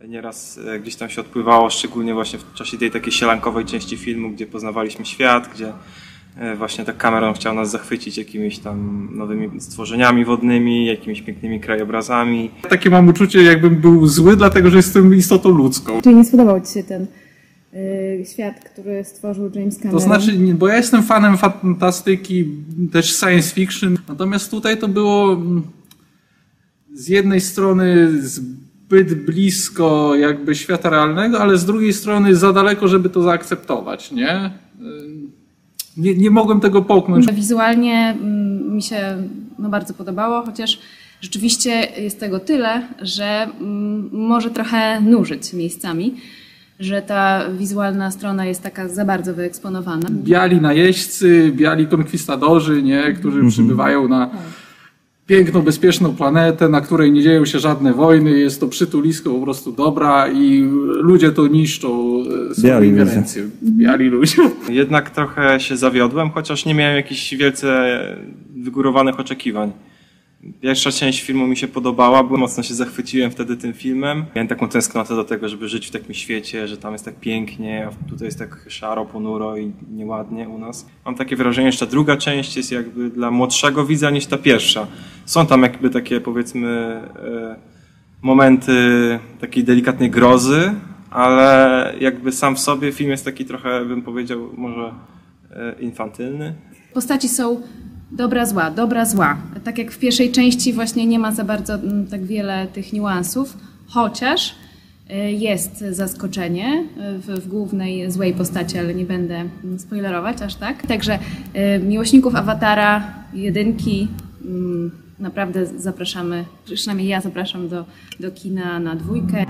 nieraz e, gdzieś tam się odpływało, szczególnie właśnie w czasie tej takiej sielankowej części filmu, gdzie poznawaliśmy świat, gdzie e, właśnie ta kamerą chciał nas zachwycić jakimiś tam nowymi stworzeniami wodnymi, jakimiś pięknymi krajobrazami. Takie mam uczucie, jakbym był zły, dlatego że jestem istotą ludzką. Czyli nie spodobał Ci się ten y, świat, który stworzył James Cameron? To znaczy, nie, bo ja jestem fanem fantastyki, też science fiction, natomiast tutaj to było z jednej strony zbyt blisko jakby świata realnego, ale z drugiej strony za daleko, żeby to zaakceptować, nie? Nie, nie mogłem tego połknąć. Wizualnie mm, mi się no, bardzo podobało, chociaż rzeczywiście jest tego tyle, że mm, może trochę nużyć miejscami, że ta wizualna strona jest taka za bardzo wyeksponowana. Biali najeźdźcy, biali konkwistadorzy, nie? Którzy mm-hmm. przybywają na piękną, bezpieczną planetę, na której nie dzieją się żadne wojny, jest to przytulisko po prostu dobra i ludzie to niszczą swoją ingerencję. Biali ludzie. Jednak trochę się zawiodłem, chociaż nie miałem jakichś wielce wygórowanych oczekiwań. Pierwsza część filmu mi się podobała, bo mocno się zachwyciłem wtedy tym filmem. Miałem taką tęsknotę do tego, żeby żyć w takim świecie, że tam jest tak pięknie, a tutaj jest tak szaro, ponuro i nieładnie u nas. Mam takie wrażenie, że ta druga część jest jakby dla młodszego widza niż ta pierwsza. Są tam jakby takie, powiedzmy, e, momenty takiej delikatnej grozy, ale jakby sam w sobie film jest taki trochę, bym powiedział, może e, infantylny. Postaci są dobra, zła, dobra, zła. Tak jak w pierwszej części właśnie nie ma za bardzo m, tak wiele tych niuansów, chociaż y, jest zaskoczenie w, w głównej złej postaci, ale nie będę spoilerować aż tak. Także y, miłośników Awatara, jedynki, y, naprawdę zapraszamy, przynajmniej ja zapraszam do, do kina na dwójkę.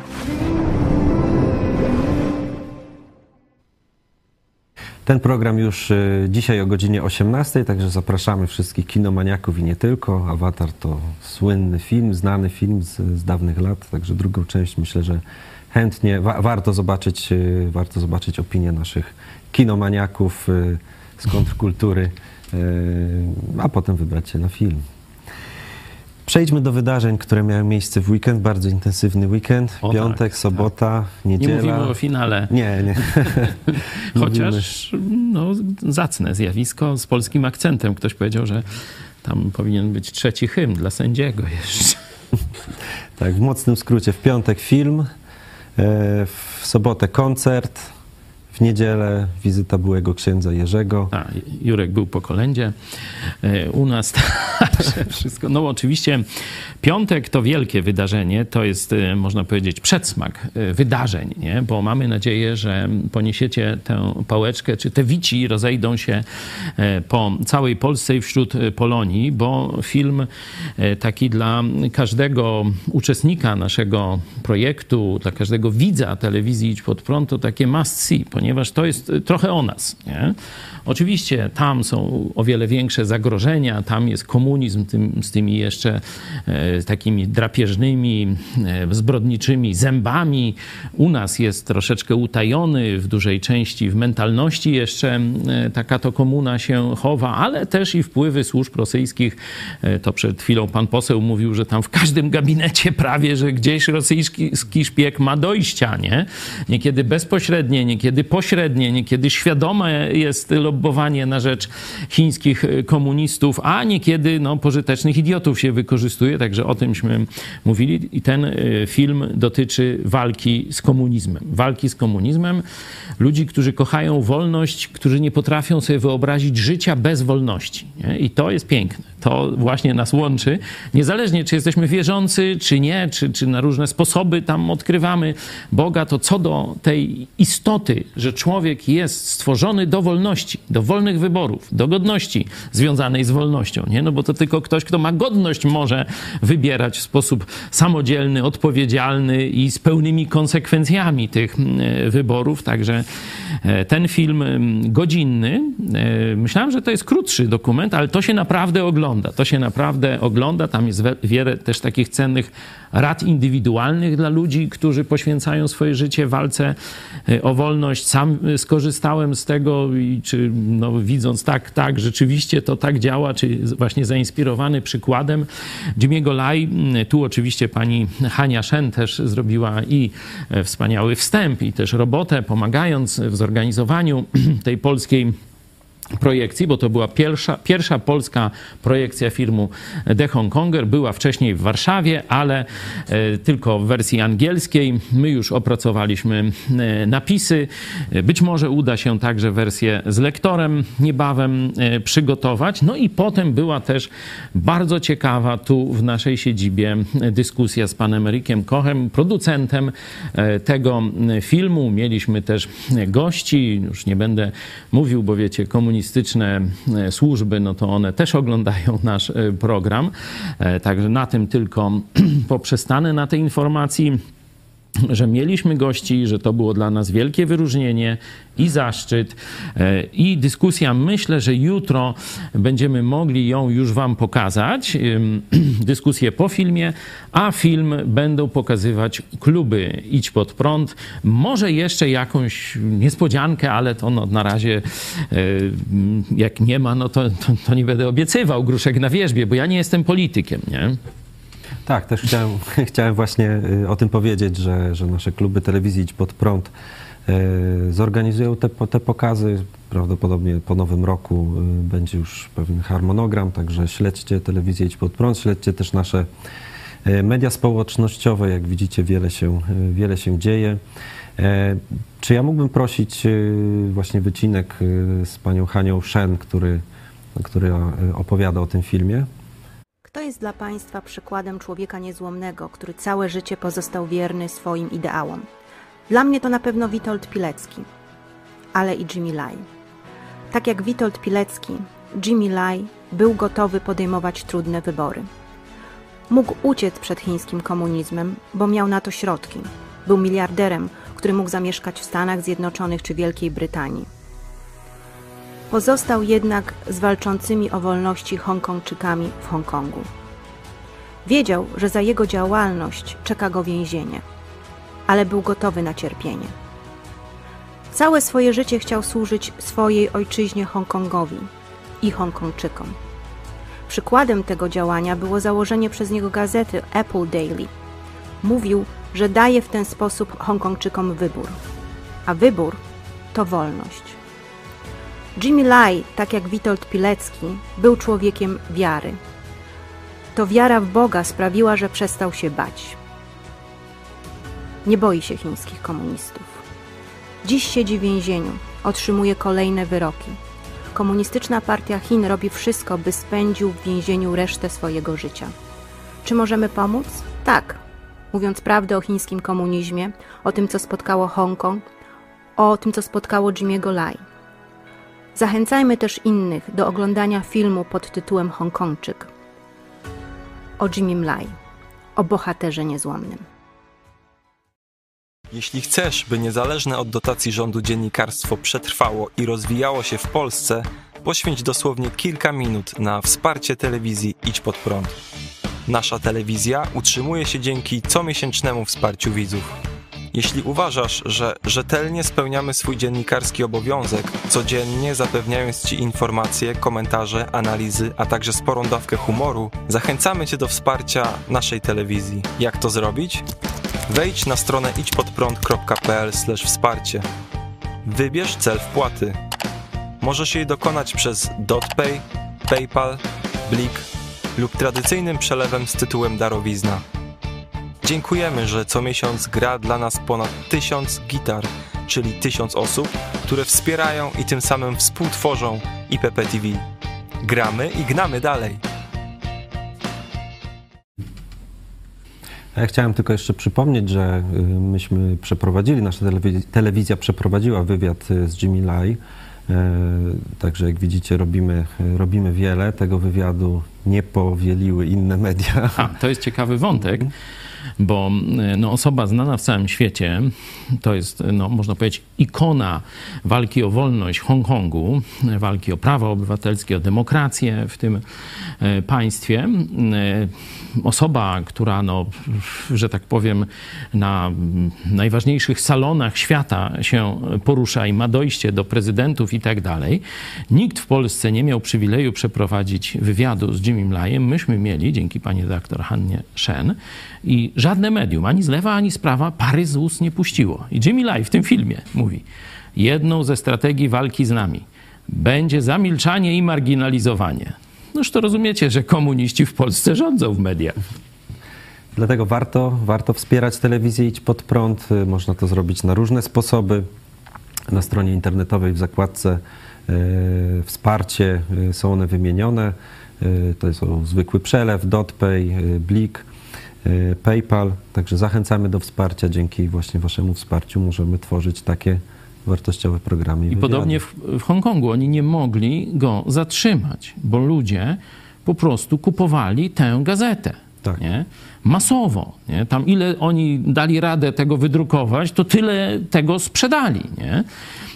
Ten program już y, dzisiaj o godzinie osiemnastej, także zapraszamy wszystkich kinomaniaków i nie tylko. Awatar to słynny film, znany film z, z dawnych lat, także drugą część myślę, że chętnie wa warto zobaczyć, y, warto zobaczyć opinię naszych kinomaniaków y, z kontrkultury, y, a potem wybrać się na film. Przejdźmy do wydarzeń, które miały miejsce w weekend, bardzo intensywny weekend, o, piątek, tak, sobota, tak. niedziela. Nie mówimy o finale. Nie, nie. Chociaż no, zacne zjawisko z polskim akcentem. Ktoś powiedział, że tam powinien być trzeci hymn dla sędziego jeszcze. Tak, w mocnym skrócie. W piątek film, w sobotę koncert, w niedzielę wizyta byłego księdza Jerzego. A, Jurek był po kolędzie. U nas także wszystko. No oczywiście piątek to wielkie wydarzenie. To jest, można powiedzieć, przedsmak wydarzeń, nie? Bo mamy nadzieję, że poniesiecie tę pałeczkę, czy te wici rozejdą się po całej Polsce i wśród Polonii, bo film taki dla każdego uczestnika naszego projektu, dla każdego widza telewizji Idź Pod Prąd, to takie must see, ponieważ to jest trochę o nas, nie? Oczywiście tam są o wiele większe zagrożenia, tam jest komunizm tym, z tymi jeszcze e, takimi drapieżnymi, e, zbrodniczymi zębami. U nas jest troszeczkę utajony, w dużej części w mentalności jeszcze e, taka to komuna się chowa, ale też i wpływy służb rosyjskich. E, to przed chwilą pan poseł mówił, że tam w każdym gabinecie prawie, że gdzieś rosyjski szpieg ma dojścia, nie? Niekiedy bezpośrednie, niekiedy pośrednie, niekiedy świadome jest lobbowanie na rzecz chińskich komunistów, a niekiedy no, pożytecznych idiotów się wykorzystuje, także o tymśmy mówili. I ten film dotyczy walki z komunizmem. Walki z komunizmem ludzi, którzy kochają wolność, którzy nie potrafią sobie wyobrazić życia bez wolności. Nie? I to jest piękne. To właśnie nas łączy. Niezależnie, czy jesteśmy wierzący, czy nie, czy, czy na różne sposoby tam odkrywamy Boga, to co do tej istoty, że człowiek jest stworzony do wolności, do wolnych wyborów, do godności związanej z wolnością, nie? No bo to tylko ktoś, kto ma godność, może wybierać w sposób samodzielny, odpowiedzialny i z pełnymi konsekwencjami tych wyborów. Także ten film godzinny, myślałem, że to jest krótszy dokument, ale to się naprawdę ogląda. ogląda. To się naprawdę ogląda. Tam jest wiele też takich cennych rad indywidualnych dla ludzi, którzy poświęcają swoje życie walce o wolność. Sam skorzystałem z tego i czy no, widząc tak, tak, rzeczywiście to tak działa, czy właśnie zainspirowany przykładem Jimmy'ego Lai. Tu oczywiście pani Hania Shen też zrobiła i wspaniały wstęp i też robotę, pomagając w zorganizowaniu tej polskiej projekcji, bo to była pierwsza, pierwsza polska projekcja filmu The Hongkonger. Była wcześniej w Warszawie, ale e, tylko w wersji angielskiej. My już opracowaliśmy e, napisy. Być może uda się także wersję z lektorem niebawem e, przygotować. No i potem była też bardzo ciekawa tu w naszej siedzibie dyskusja z panem Erikiem Kochem, producentem e, tego filmu. Mieliśmy też gości, już nie będę mówił, bo wiecie, komunistyczne służby, no to one też oglądają nasz program. Także na tym tylko poprzestanę, na tej informacji, że mieliśmy gości, że to było dla nas wielkie wyróżnienie i zaszczyt. I dyskusja, myślę, że jutro będziemy mogli ją już wam pokazać. Dyskusję po filmie, a film będą pokazywać kluby Idź Pod Prąd. Może jeszcze jakąś niespodziankę, ale to no, na razie jak nie ma, no to, to, to nie będę obiecywał gruszek na wierzbie, bo ja nie jestem politykiem, nie? Tak, też chciałem, chciałem właśnie o tym powiedzieć, że, że nasze kluby telewizji Idź Pod Prąd zorganizują te, te pokazy. Prawdopodobnie po nowym roku będzie już pewien harmonogram, także śledźcie telewizję Idź Pod Prąd, śledźcie też nasze media społecznościowe. Jak widzicie, wiele się, wiele się dzieje. Czy ja mógłbym prosić właśnie wycinek z panią Hanią Shen, który, który opowiada o tym filmie? Kto jest dla Państwa przykładem człowieka niezłomnego, który całe życie pozostał wierny swoim ideałom? Dla mnie to na pewno Witold Pilecki, ale i Jimmy Lai. Tak jak Witold Pilecki, Jimmy Lai był gotowy podejmować trudne wybory. Mógł uciec przed chińskim komunizmem, bo miał na to środki. Był miliarderem, który mógł zamieszkać w Stanach Zjednoczonych czy Wielkiej Brytanii. Pozostał jednak z walczącymi o wolności Hongkongczykami w Hongkongu. Wiedział, że za jego działalność czeka go więzienie, ale był gotowy na cierpienie. Całe swoje życie chciał służyć swojej ojczyźnie Hongkongowi i Hongkongczykom. Przykładem tego działania było założenie przez niego gazety Apple Daily. Mówił, że daje w ten sposób Hongkongczykom wybór, a wybór to wolność. Jimmy Lai, tak jak Witold Pilecki, był człowiekiem wiary. To wiara w Boga sprawiła, że przestał się bać. Nie boi się chińskich komunistów. Dziś siedzi w więzieniu, otrzymuje kolejne wyroki. Komunistyczna partia Chin robi wszystko, by spędził w więzieniu resztę swojego życia. Czy możemy pomóc? Tak. Mówiąc prawdę o chińskim komunizmie, o tym, co spotkało Hongkong, o tym, co spotkało Jimmy'ego Lai. Zachęcajmy też innych do oglądania filmu pod tytułem Hongkongczyk o Jimmym Lai, o bohaterze niezłomnym. Jeśli chcesz, by niezależne od dotacji rządu dziennikarstwo przetrwało i rozwijało się w Polsce, poświęć dosłownie kilka minut na wsparcie telewizji Idź Pod Prąd. Nasza telewizja utrzymuje się dzięki comiesięcznemu wsparciu widzów. Jeśli uważasz, że rzetelnie spełniamy swój dziennikarski obowiązek, codziennie zapewniając Ci informacje, komentarze, analizy, a także sporą dawkę humoru, zachęcamy Cię do wsparcia naszej telewizji. Jak to zrobić? Wejdź na stronę idźpodprąd kropka p l slash wsparcie. Wybierz cel wpłaty. Możesz jej dokonać przez DotPay, PayPal, Blik lub tradycyjnym przelewem z tytułem darowizna. Dziękujemy, że co miesiąc gra dla nas ponad tysiąc gitar, czyli tysiąc osób, które wspierają i tym samym współtworzą I P P T V. Gramy i gnamy dalej. Ja chciałem tylko jeszcze przypomnieć, że myśmy przeprowadzili, nasza telewizja przeprowadziła wywiad z Jimmy Lai. Także jak widzicie, robimy, robimy wiele. Tego wywiadu nie powieliły inne media. A, to jest ciekawy wątek, bo no, osoba znana w całym świecie, to jest, no, można powiedzieć, ikona walki o wolność Hongkongu, walki o prawa obywatelskie, o demokrację w tym państwie. Osoba, która, no, że tak powiem, na najważniejszych salonach świata się porusza i ma dojście do prezydentów i tak dalej. Nikt w Polsce nie miał przywileju przeprowadzić wywiadu z Jimmy Layem. Myśmy mieli, dzięki pani redaktor Hannie Shen, i żadne medium, ani z lewa, ani z prawa, pary z ust nie puściło. I Jimmy Lai w tym filmie mówi, jedną ze strategii walki z nami będzie zamilczanie i marginalizowanie. Noż to rozumiecie, że komuniści w Polsce rządzą w mediach. Dlatego warto, warto wspierać telewizję Idź Pod Prąd. Można to zrobić na różne sposoby. Na stronie internetowej w zakładce e, wsparcie e, są one wymienione. E, to jest o, zwykły przelew, DotPay, e, Blik, e, PayPal. Także zachęcamy do wsparcia. Dzięki właśnie waszemu wsparciu możemy tworzyć takie wartościowe programy. I, I podobnie w, w Hongkongu oni nie mogli go zatrzymać, bo ludzie po prostu kupowali tę gazetę. Tak. Nie? Masowo. Nie? Tam ile oni dali radę tego wydrukować, to tyle tego sprzedali. Nie?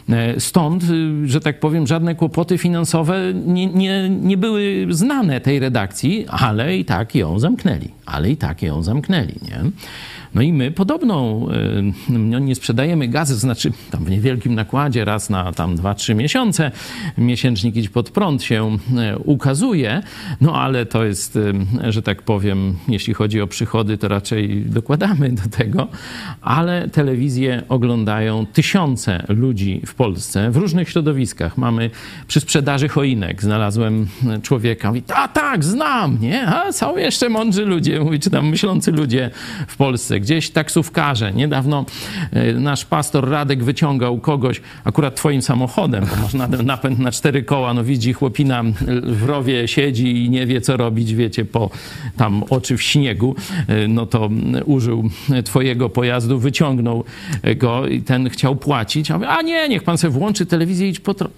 Stąd, że tak powiem, żadne kłopoty finansowe nie, nie, nie były znane tej redakcji, ale i tak ją zamknęli. Ale i tak ją zamknęli. Nie? No i my podobną, no nie sprzedajemy gazet, znaczy tam w niewielkim nakładzie, raz na tam dwa, trzy miesiące, miesięcznik Idź Pod Prąd się ukazuje, no ale to jest, że tak powiem, jeśli chodzi o przychody, to raczej dokładamy do tego, ale telewizję oglądają tysiące ludzi w Polsce, w różnych środowiskach. Mamy przy sprzedaży choinek, znalazłem człowieka, mówi, a tak, znam, nie? A są jeszcze mądrzy ludzie, mówi, czy tam myślący ludzie w Polsce. Gdzieś taksówkarze. Niedawno nasz pastor Radek wyciągał kogoś, akurat twoim samochodem, bo masz napęd na cztery koła, no widzi chłopina w rowie siedzi i nie wie, co robić, wiecie, po tam oczy w śniegu, no to użył twojego pojazdu, wyciągnął go i ten chciał płacić, a mówię, a nie, niech pan sobie włączy telewizję i idź po tro...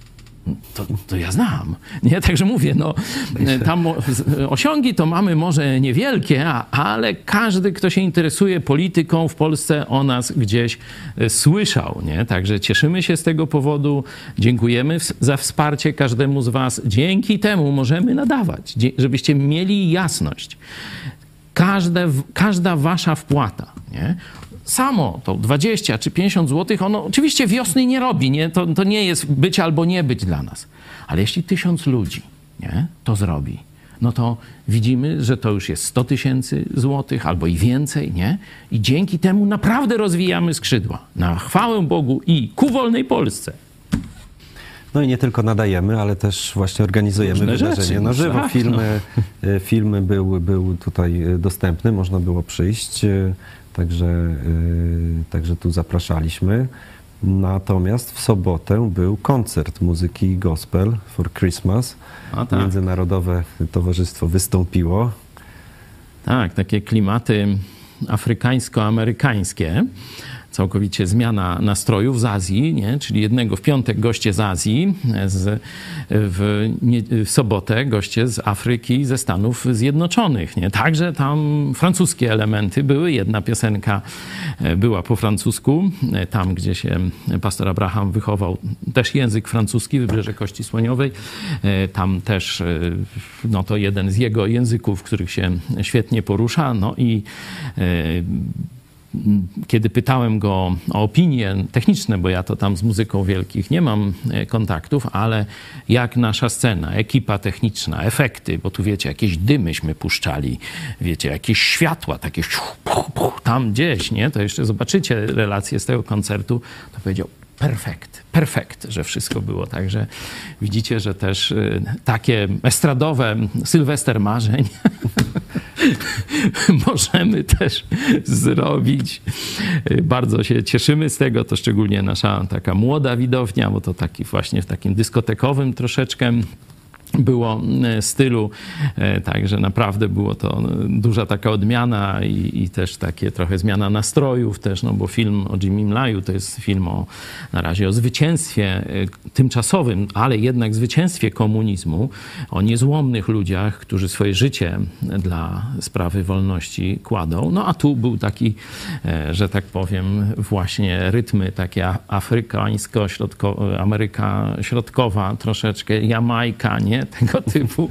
To, to ja znam, nie? Także mówię, no tam osiągi to mamy może niewielkie, a, ale każdy, kto się interesuje polityką w Polsce, o nas gdzieś słyszał, nie? Także cieszymy się z tego powodu, dziękujemy za wsparcie każdemu z was. Dzięki temu możemy nadawać, żebyście mieli jasność. Każde, każda wasza wpłata, nie? Samo to dwadzieścia czy pięćdziesiąt złotych, ono oczywiście wiosny nie robi, nie? To, to nie jest być albo nie być dla nas. Ale jeśli tysiąc ludzi, nie? To zrobi, no to widzimy, że to już jest sto tysięcy złotych albo i więcej, nie? I dzięki temu naprawdę rozwijamy skrzydła. Na chwałę Bogu i ku wolnej Polsce. No i nie tylko nadajemy, ale też właśnie organizujemy Różne wydarzenie rzeczy, na żywo. tak, Filmy, no. filmy był, był tutaj dostępny, można było przyjść. Także, także tu zapraszaliśmy. Natomiast w sobotę był koncert muzyki gospel for Christmas. A tak. Międzynarodowe Towarzystwo wystąpiło. Tak, takie klimaty afrykańsko-amerykańskie. Całkowicie zmiana nastrojów z Azji, nie? Czyli jednego w piątek goście z Azji, z, w, nie, w sobotę goście z Afryki, ze Stanów Zjednoczonych. Nie? Także tam francuskie elementy były. Jedna piosenka była po francusku, tam gdzie się pastor Abraham wychował, też język francuski, Wybrzeże Kości Słoniowej. Tam też no to jeden z jego języków, w których się świetnie porusza. No i kiedy pytałem go o opinie techniczne, bo ja to tam z muzyką wielkich nie mam kontaktów, ale jak nasza scena, ekipa techniczna, efekty, bo tu wiecie, jakieś dymyśmy puszczali, wiecie, jakieś światła, takie tam gdzieś, nie? To jeszcze zobaczycie relacje z tego koncertu, to powiedział, perfekt, perfekt, że wszystko było. Także widzicie, że też takie estradowe Sylwester marzeń możemy też zrobić. Bardzo się cieszymy z tego, to szczególnie nasza taka młoda widownia, bo to taki właśnie w takim dyskotekowym troszeczkę było stylu, także naprawdę było to duża taka odmiana i, i też takie trochę zmiana nastrojów też, no bo film o Jimim Laju to jest film o, na razie o zwycięstwie tymczasowym, ale jednak zwycięstwie komunizmu, o niezłomnych ludziach, którzy swoje życie dla sprawy wolności kładą. No a tu był taki, że tak powiem, właśnie rytmy takie afrykańsko-środkowe, Ameryka Środkowa, troszeczkę Jamajka, nie? Tego typu.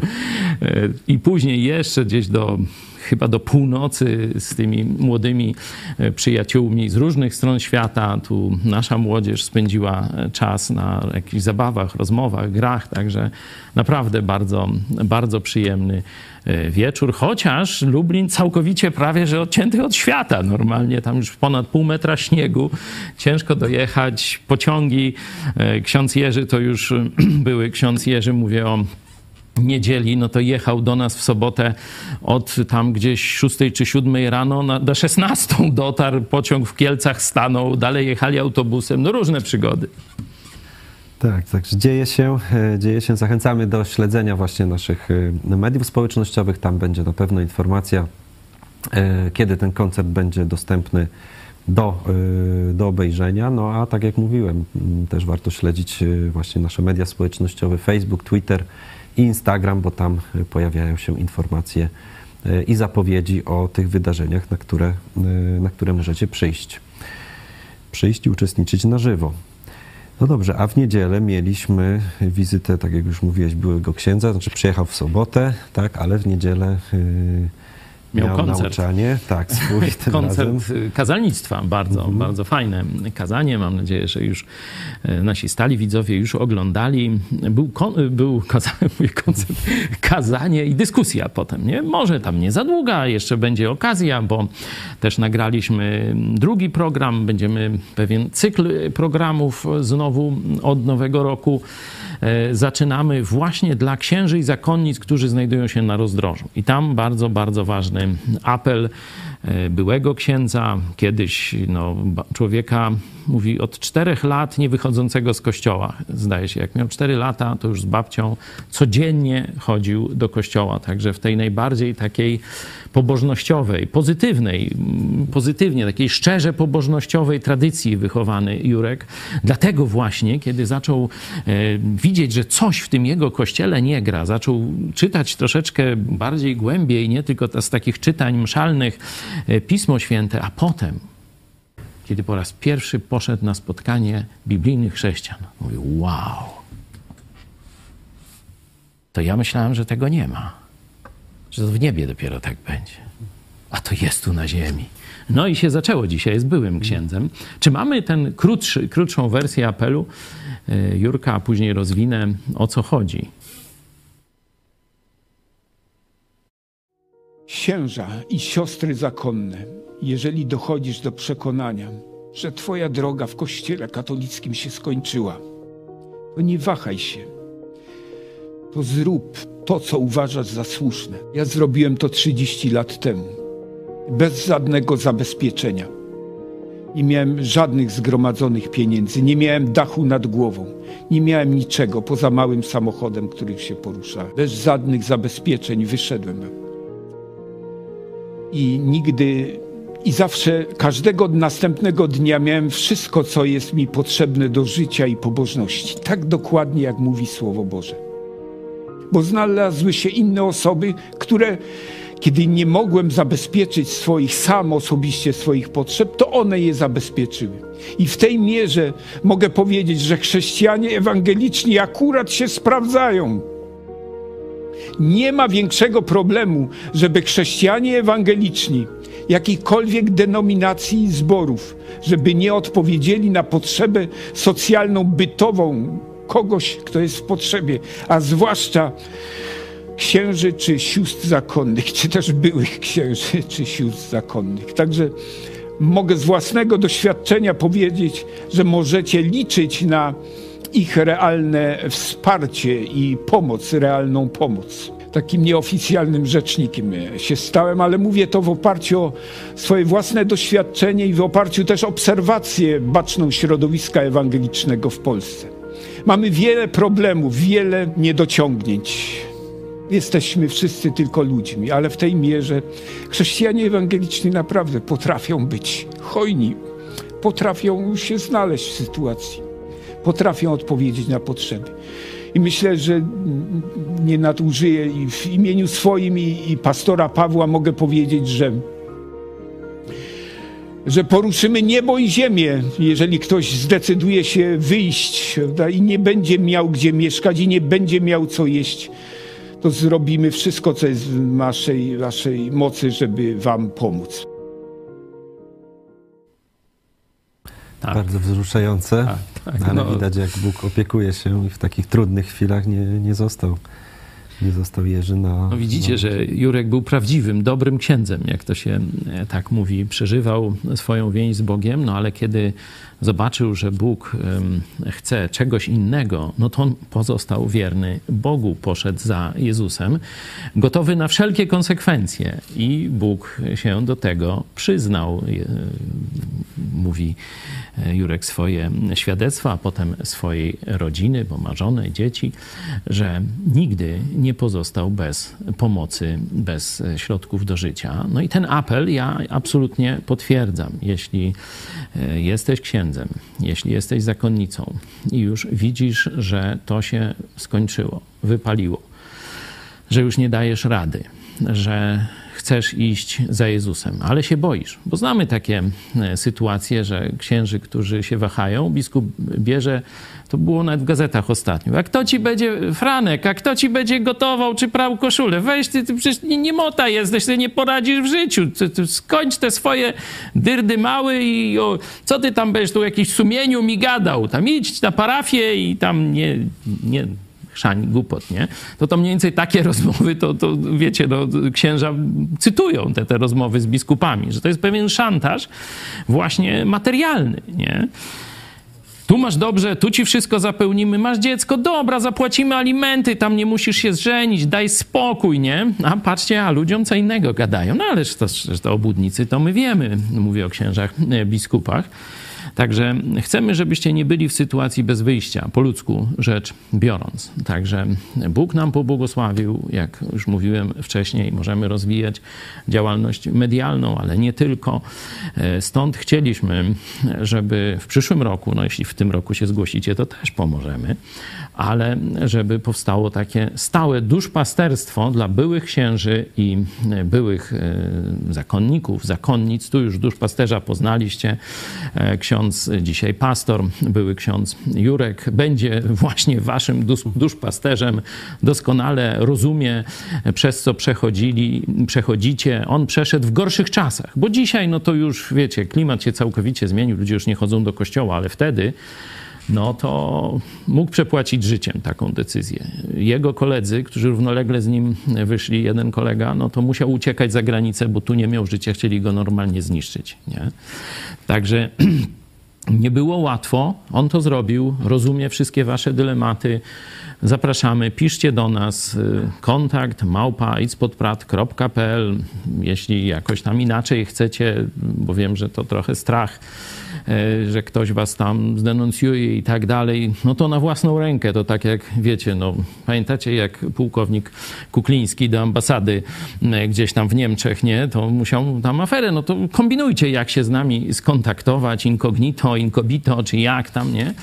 I później jeszcze gdzieś do, chyba do północy z tymi młodymi przyjaciółmi z różnych stron świata. Tu nasza młodzież spędziła czas na jakichś zabawach, rozmowach, grach, także naprawdę bardzo, bardzo przyjemny wieczór, chociaż Lublin całkowicie prawie, że odcięty od świata. Normalnie tam już ponad pół metra śniegu, ciężko dojechać, pociągi. Ksiądz Jerzy to już były, ksiądz Jerzy, mówię o niedzieli, no to jechał do nas w sobotę od tam gdzieś szóstej czy siódmej rano na, do szesnastą dotarł, pociąg w Kielcach stanął, dalej jechali autobusem, no różne przygody. Tak, także dzieje się, dzieje się. Zachęcamy do śledzenia właśnie naszych mediów społecznościowych. Tam będzie na pewno informacja, kiedy ten koncert będzie dostępny do, do obejrzenia. No a tak jak mówiłem, też warto śledzić właśnie nasze media społecznościowe, Facebook, Twitter i Instagram, bo tam pojawiają się informacje i zapowiedzi o tych wydarzeniach, na które, na które możecie przyjść. Przyjść i uczestniczyć na żywo. No dobrze, a w niedzielę mieliśmy wizytę, tak jak już mówiłeś, byłego księdza, znaczy przyjechał w sobotę, tak, ale w niedzielę yy, miał, miał koncert. Nauczanie, tak, swój tym koncert razem. Kazalnictwa, bardzo, mhm. bardzo fajne kazanie. Mam nadzieję, że już nasi stali widzowie już oglądali. Był, kon, był kazanie, koncert, kazanie i dyskusja potem, nie? Może tam nie za długa, jeszcze będzie okazja, bo też nagraliśmy drugi program, będziemy pewien cykl programów znowu od nowego roku zaczynamy właśnie dla księży i zakonnic, którzy znajdują się na rozdrożu. I tam bardzo, bardzo ważny apel byłego księdza, kiedyś no, człowieka, mówi, od czterech lat nie wychodzącego z kościoła. Zdaje się, jak miał cztery lata, to już z babcią codziennie chodził do kościoła. Także w tej najbardziej takiej pobożnościowej, pozytywnej, pozytywnie, takiej szczerze pobożnościowej tradycji wychowany Jurek. Dlatego właśnie, kiedy zaczął e, widzieć, że coś w tym jego kościele nie gra, zaczął czytać troszeczkę bardziej głębiej, nie tylko z takich czytań mszalnych, e, Pismo Święte, a potem, kiedy po raz pierwszy poszedł na spotkanie biblijnych chrześcijan, mówił, wow, to ja myślałem, że tego nie ma. Że to w niebie dopiero tak będzie. A to jest tu na ziemi. No i się zaczęło dzisiaj z byłym księdzem. Czy mamy ten krótszy, krótszą wersję apelu Jurka, a później rozwinę, o co chodzi? Księża i siostry zakonne, jeżeli dochodzisz do przekonania, że twoja droga w Kościele katolickim się skończyła, to nie wahaj się. To zrób to, co uważasz za słuszne. Ja zrobiłem to trzydzieści lat temu. Bez żadnego zabezpieczenia. Nie miałem żadnych zgromadzonych pieniędzy, nie miałem dachu nad głową, nie miałem niczego poza małym samochodem, którym się poruszałem. Bez żadnych zabezpieczeń wyszedłem. I nigdy, i zawsze, każdego następnego dnia miałem wszystko, co jest mi potrzebne do życia i pobożności. Tak dokładnie, jak mówi Słowo Boże. Bo znalazły się inne osoby, które, kiedy nie mogłem zabezpieczyć swoich, sam osobiście swoich potrzeb, to one je zabezpieczyły. I w tej mierze mogę powiedzieć, że chrześcijanie ewangeliczni akurat się sprawdzają. Nie ma większego problemu, żeby chrześcijanie ewangeliczni, jakiejkolwiek denominacji i zborów, żeby nie odpowiedzieli na potrzebę socjalną, bytową kogoś, kto jest w potrzebie, a zwłaszcza księży czy sióstr zakonnych, czy też byłych księży czy sióstr zakonnych. Także mogę z własnego doświadczenia powiedzieć, że możecie liczyć na ich realne wsparcie i pomoc, realną pomoc. Takim nieoficjalnym rzecznikiem się stałem, ale mówię to w oparciu o swoje własne doświadczenie i w oparciu też o obserwację baczną środowiska ewangelicznego w Polsce. Mamy wiele problemów, wiele niedociągnięć. Jesteśmy wszyscy tylko ludźmi, ale w tej mierze chrześcijanie ewangeliczni naprawdę potrafią być hojni, potrafią się znaleźć w sytuacji, potrafią odpowiedzieć na potrzeby. I myślę, że nie nadużyję i w imieniu swoim i, i pastora Pawła mogę powiedzieć, że, że poruszymy niebo i ziemię, jeżeli ktoś zdecyduje się wyjść, prawda, i nie będzie miał gdzie mieszkać i nie będzie miał co jeść, to zrobimy wszystko, co jest w naszej, naszej mocy, żeby wam pomóc. Tak. Bardzo wzruszające, tak, tak, ale no. widać, jak Bóg opiekuje się i w takich trudnych chwilach nie, nie został. Nie został Jerzy na... No widzicie, na... że Jurek był prawdziwym, dobrym księdzem, jak to się tak mówi. Przeżywał swoją więź z Bogiem, no ale kiedy zobaczył, że Bóg chce czegoś innego, no to on pozostał wierny Bogu, poszedł za Jezusem, gotowy na wszelkie konsekwencje i Bóg się do tego przyznał. Mówi Jurek swoje świadectwa, a potem swojej rodziny, bo ma żonę i dzieci, że nigdy nie pozostał bez pomocy, bez środków do życia. No i ten apel ja absolutnie potwierdzam. Jeśli jesteś księdzem, jeśli jesteś zakonnicą i już widzisz, że to się skończyło, wypaliło, że już nie dajesz rady, że chcesz iść za Jezusem, ale się boisz, bo znamy takie sytuacje, że księży, którzy się wahają, biskup bierze, to było nawet w gazetach ostatnio, a kto ci będzie, Franek, a kto ci będzie gotował czy prał koszulę? Weź ty, ty przecież nie, nie mota jesteś, ty nie poradzisz w życiu, ty, ty skończ te swoje dyrdy mały i o, co ty tam będziesz tu o jakimś sumieniu mi gadał, tam idź na parafię i tam nie... nie chrzań, głupot, nie? To to mniej więcej takie rozmowy, to, to wiecie, no, księża cytują te, te rozmowy z biskupami, że to jest pewien szantaż właśnie materialny, nie? Tu masz dobrze, tu ci wszystko zapełnimy, masz dziecko, dobra, zapłacimy alimenty, tam nie musisz się zżenić, daj spokój, nie? A patrzcie, a ludziom co innego gadają. No ależ to, to obłudnicy, to my wiemy, mówię o księżach, biskupach. Także chcemy, żebyście nie byli w sytuacji bez wyjścia, po ludzku rzecz biorąc. Także Bóg nam pobłogosławił, jak już mówiłem wcześniej, możemy rozwijać działalność medialną, ale nie tylko. Stąd chcieliśmy, żeby w przyszłym roku, no jeśli w tym roku się zgłosicie, to też pomożemy, ale żeby powstało takie stałe duszpasterstwo dla byłych księży i byłych zakonników, zakonnic. Tu już duszpasterza poznaliście, ksiądz dzisiaj pastor, były ksiądz Jurek, będzie właśnie waszym dusz, duszpasterzem, doskonale rozumie, przez co przechodzili, przechodzicie. On przeszedł w gorszych czasach, bo dzisiaj, no to już wiecie, klimat się całkowicie zmienił, ludzie już nie chodzą do kościoła, ale wtedy no to mógł przepłacić życiem taką decyzję. Jego koledzy, którzy równolegle z nim wyszli, jeden kolega, no to musiał uciekać za granicę, bo tu nie miał życia, chcieli go normalnie zniszczyć, nie? Także nie było łatwo, on to zrobił, rozumie wszystkie wasze dylematy. Zapraszamy, piszcie do nas, kontakt małpa idzpodprat kropka p l. Jeśli jakoś tam inaczej chcecie, bo wiem, że to trochę strach, że ktoś was tam zdenuncjuje i tak dalej, no to na własną rękę, to tak jak wiecie, no pamiętacie jak pułkownik Kukliński do ambasady gdzieś tam w Niemczech, nie, to musiał tam aferę, no to kombinujcie jak się z nami skontaktować, incognito, incobito, czy jak tam, nie,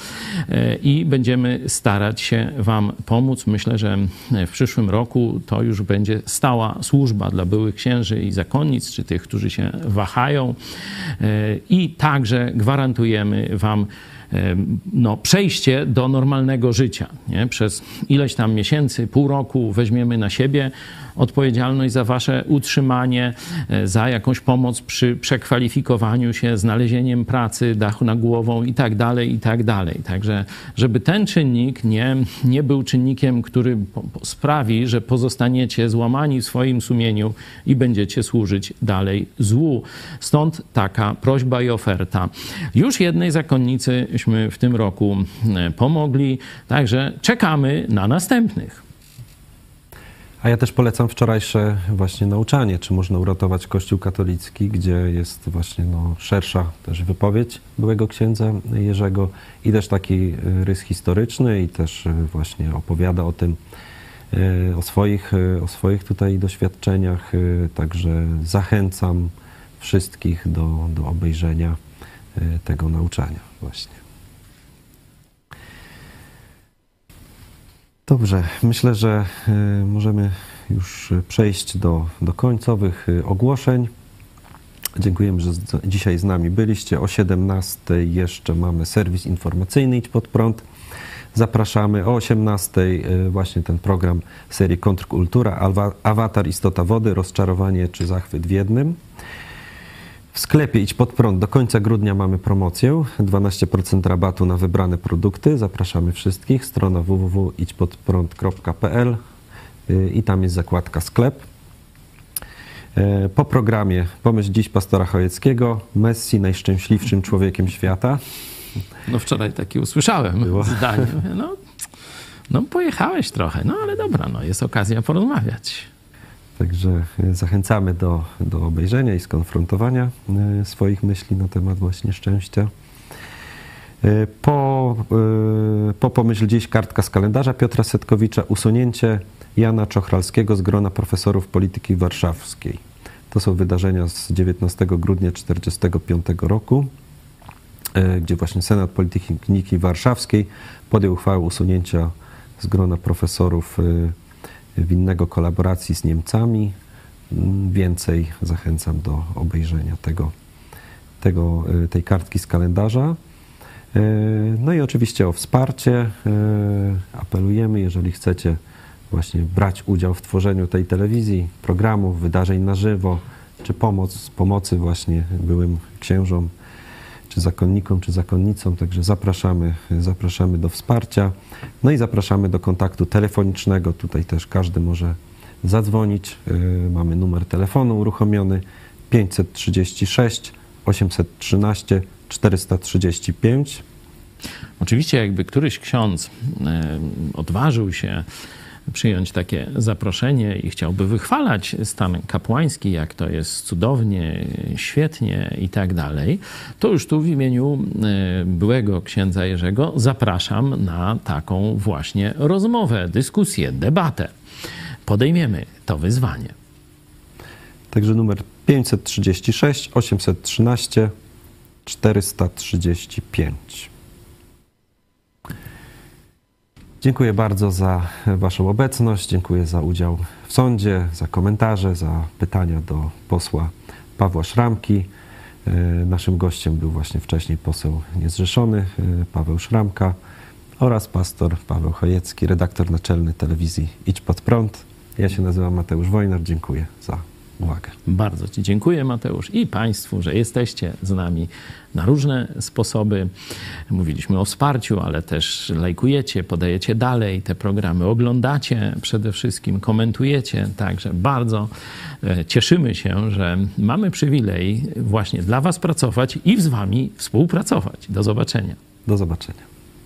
i będziemy starać się wam pomóc. Myślę, że w przyszłym roku to już będzie stała służba dla byłych księży i zakonnic, czy tych, którzy się wahają, i także gwarantujemy wam no, przejście do normalnego życia. Nie? Przez ileś tam miesięcy, pół roku weźmiemy na siebie odpowiedzialność za wasze utrzymanie, za jakąś pomoc przy przekwalifikowaniu się, znalezieniem pracy, dachu nad głową i tak dalej, i tak dalej. Także, żeby ten czynnik nie, nie był czynnikiem, który sprawi, że pozostaniecie złamani w swoim sumieniu i będziecie służyć dalej złu. Stąd taka prośba i oferta. Już jednej zakonnicyśmy w tym roku pomogli, także czekamy na następnych. A ja też polecam wczorajsze właśnie nauczanie, czy można uratować Kościół katolicki, gdzie jest właśnie no, szersza też wypowiedź byłego księdza Jerzego i też taki rys historyczny i też właśnie opowiada o tym, o swoich, o swoich tutaj doświadczeniach. Także zachęcam wszystkich do, do obejrzenia tego nauczania właśnie. Dobrze, myślę, że możemy już przejść do, do końcowych ogłoszeń. Dziękujemy, że z, dzisiaj z nami byliście. O siedemnastej jeszcze mamy serwis informacyjny Idź Pod Prąd. Zapraszamy. O osiemnastej właśnie ten program serii Kontrkultura, Awatar, Istota Wody, Rozczarowanie czy Zachwyt w jednym. W sklepie Idź Pod Prąd do końca grudnia mamy promocję, dwanaście procent rabatu na wybrane produkty. Zapraszamy wszystkich. Strona w w w kropka idź pod prąd kropka p l i tam jest zakładka sklep. Po programie Pomyśl dziś pastora Chojeckiego, Messi najszczęśliwszym człowiekiem świata. No wczoraj taki usłyszałem Było. zdanie. No, no pojechałeś trochę, no ale dobra, no jest okazja porozmawiać. Także zachęcamy do, do obejrzenia i skonfrontowania swoich myśli na temat właśnie szczęścia. Po, po Pomyśl dziś kartka z kalendarza Piotra Setkowicza, usunięcie Jana Czochralskiego z grona profesorów polityki warszawskiej. To są wydarzenia z dziewiętnastego grudnia tysiąc dziewięćset czterdziestego piątego roku, gdzie właśnie Senat Politechniki Warszawskiej podjął uchwałę usunięcia z grona profesorów winnego kolaboracji z Niemcami. Więcej zachęcam do obejrzenia tego, tego, tej kartki z kalendarza. No i oczywiście o wsparcie apelujemy, jeżeli chcecie właśnie brać udział w tworzeniu tej telewizji, programów, wydarzeń na żywo, czy pomoc, pomocy właśnie byłym księżom, czy zakonnikom, czy zakonnicom. Także zapraszamy, zapraszamy do wsparcia. No i zapraszamy do kontaktu telefonicznego. Tutaj też każdy może zadzwonić. Mamy numer telefonu uruchomiony pięćset trzydzieści sześć osiemset trzynaście czterysta trzydzieści pięć. Oczywiście jakby któryś ksiądz odważył się przyjąć takie zaproszenie i chciałby wychwalać stan kapłański, jak to jest cudownie, świetnie i tak dalej, to już tu w imieniu byłego księdza Jerzego zapraszam na taką właśnie rozmowę, dyskusję, debatę. Podejmiemy to wyzwanie. Także numer pięćset trzydzieści sześć osiemset trzynaście czterysta trzydzieści pięć. Dziękuję bardzo za Waszą obecność, dziękuję za udział w sądzie, za komentarze, za pytania do posła Pawła Szramki. Naszym gościem był właśnie wcześniej poseł niezrzeszony Paweł Szramka oraz pastor Paweł Chojecki, redaktor naczelny telewizji Idź Pod Prąd. Ja się nazywam Mateusz Wojnar, dziękuję za uwagę. Bardzo Ci dziękuję, Mateusz, i Państwu, że jesteście z nami na różne sposoby. Mówiliśmy o wsparciu, ale też lajkujecie, podajecie dalej te programy, oglądacie przede wszystkim, komentujecie. Także bardzo cieszymy się, że mamy przywilej właśnie dla Was pracować i z Wami współpracować. Do zobaczenia. Do zobaczenia.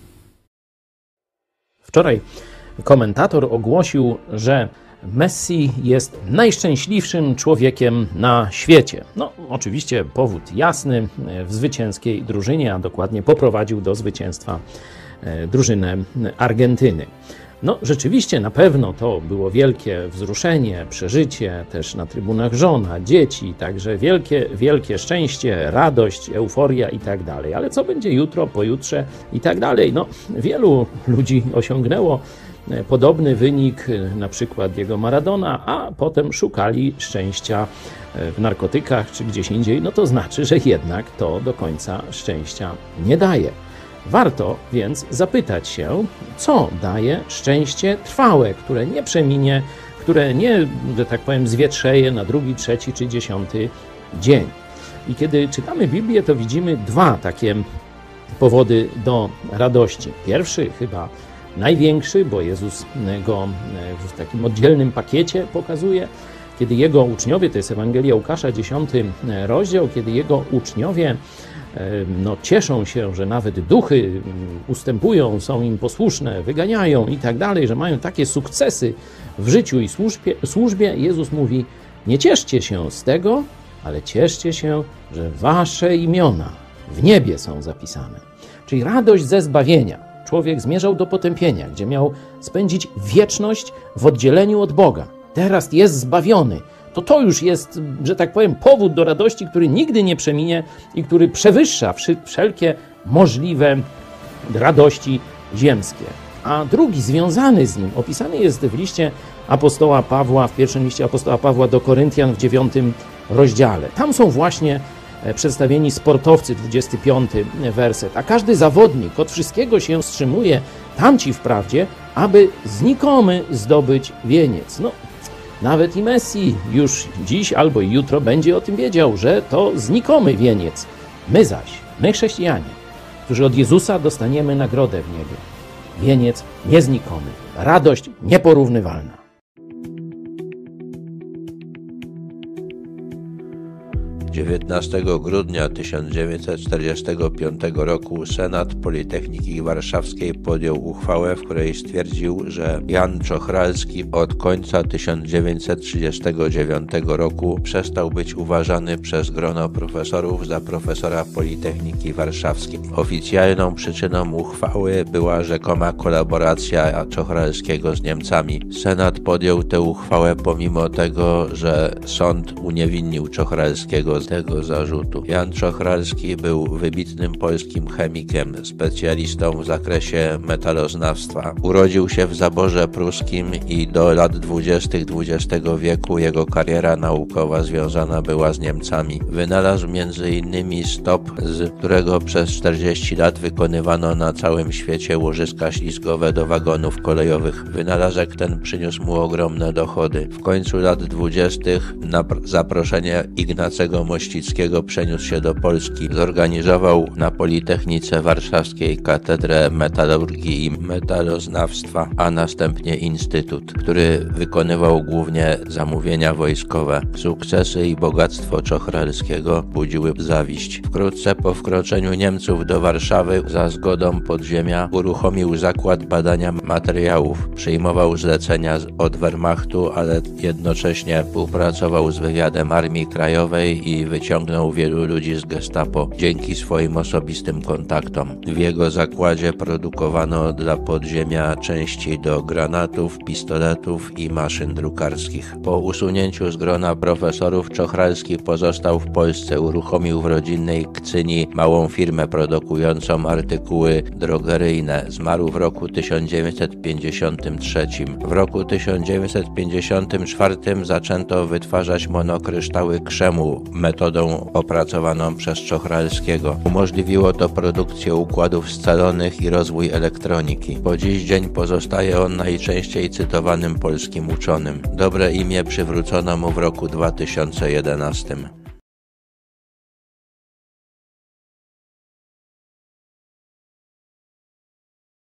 Wczoraj komentator ogłosił, że Messi jest najszczęśliwszym człowiekiem na świecie. No, oczywiście powód jasny, w zwycięskiej drużynie, a dokładnie poprowadził do zwycięstwa drużynę Argentyny. No, rzeczywiście na pewno to było wielkie wzruszenie, przeżycie, też na trybunach żona, dzieci, także wielkie, wielkie szczęście, radość, euforia i tak dalej. Ale co będzie jutro, pojutrze i tak dalej? No, wielu ludzi osiągnęło podobny wynik, na przykład Diego Maradona, a potem szukali szczęścia w narkotykach czy gdzieś indziej, no to znaczy, że jednak to do końca szczęścia nie daje. Warto więc zapytać się, co daje szczęście trwałe, które nie przeminie, które nie, że tak powiem, zwietrzeje na drugi, trzeci czy dziesiąty dzień. I kiedy czytamy Biblię, to widzimy dwa takie powody do radości. Pierwszy chyba największy, bo Jezus go w takim oddzielnym pakiecie pokazuje, kiedy jego uczniowie, to jest Ewangelia Łukasza, dziesiąty rozdział, kiedy jego uczniowie no, cieszą się, że nawet duchy ustępują, są im posłuszne, wyganiają i tak dalej, że mają takie sukcesy w życiu i służbie, służbie, Jezus mówi, nie cieszcie się z tego, ale cieszcie się, że wasze imiona w niebie są zapisane. Czyli radość ze zbawienia. Człowiek zmierzał do potępienia, gdzie miał spędzić wieczność w oddzieleniu od Boga. Teraz jest zbawiony. To to już jest, że tak powiem, powód do radości, który nigdy nie przeminie i który przewyższa wszelkie możliwe radości ziemskie. A drugi, związany z nim, opisany jest w liście apostoła Pawła, w pierwszym liście apostoła Pawła do Koryntian w dziewiątym rozdziale. Tam są właśnie przedstawieni sportowcy, dwudziesty piąty werset. A każdy zawodnik od wszystkiego się wstrzymuje, tamci wprawdzie, aby znikomy zdobyć wieniec. No, nawet i Messi już dziś albo jutro będzie o tym wiedział, że to znikomy wieniec. My zaś, my chrześcijanie, którzy od Jezusa dostaniemy nagrodę w niebie. Wieniec nieznikomy, radość nieporównywalna. dziewiętnastego grudnia tysiąc dziewięćset czterdziestego piątego roku Senat Politechniki Warszawskiej podjął uchwałę, w której stwierdził, że Jan Czochralski od końca tysiąc dziewięćset trzydziestego dziewiątego roku przestał być uważany przez grono profesorów za profesora Politechniki Warszawskiej. Oficjalną przyczyną uchwały była rzekoma kolaboracja Czochralskiego z Niemcami. Senat podjął tę uchwałę pomimo tego, że sąd uniewinnił Czochralskiego z tego zarzutu. Jan Czochralski był wybitnym polskim chemikiem, specjalistą w zakresie metaloznawstwa. Urodził się w zaborze pruskim i do lat dwudziestych dwudziestego wieku jego kariera naukowa związana była z Niemcami. Wynalazł między innymi stop, z którego przez czterdzieści lat wykonywano na całym świecie łożyska ślizgowe do wagonów kolejowych. Wynalazek ten przyniósł mu ogromne dochody. W końcu lat dwudziestych na zaproszenie Ignacego Mościckiego przeniósł się do Polski. Zorganizował na Politechnice Warszawskiej katedrę metalurgii i metaloznawstwa, a następnie instytut, który wykonywał głównie zamówienia wojskowe. Sukcesy i bogactwo Czochralskiego budziły zawiść. Wkrótce po wkroczeniu Niemców do Warszawy za zgodą podziemia uruchomił zakład badania materiałów. Przyjmował zlecenia od Wehrmachtu, ale jednocześnie współpracował z wywiadem Armii Krajowej i wyciągnął wielu ludzi z gestapo dzięki swoim osobistym kontaktom. W jego zakładzie produkowano dla podziemia części do granatów, pistoletów i maszyn drukarskich. Po usunięciu z grona profesorów Czochralski pozostał w Polsce. Uruchomił w rodzinnej Kcyni małą firmę produkującą artykuły drogeryjne. Zmarł w roku tysiąc dziewięćset pięćdziesiątym trzecim. W roku tysiąc dziewięćset pięćdziesiątym czwartym zaczęto wytwarzać monokryształy krzemu metodą opracowaną przez Czochralskiego. Umożliwiło to produkcję układów scalonych i rozwój elektroniki. Po dziś dzień pozostaje on najczęściej cytowanym polskim uczonym. Dobre imię przywrócono mu w roku dwa tysiące jedenastym.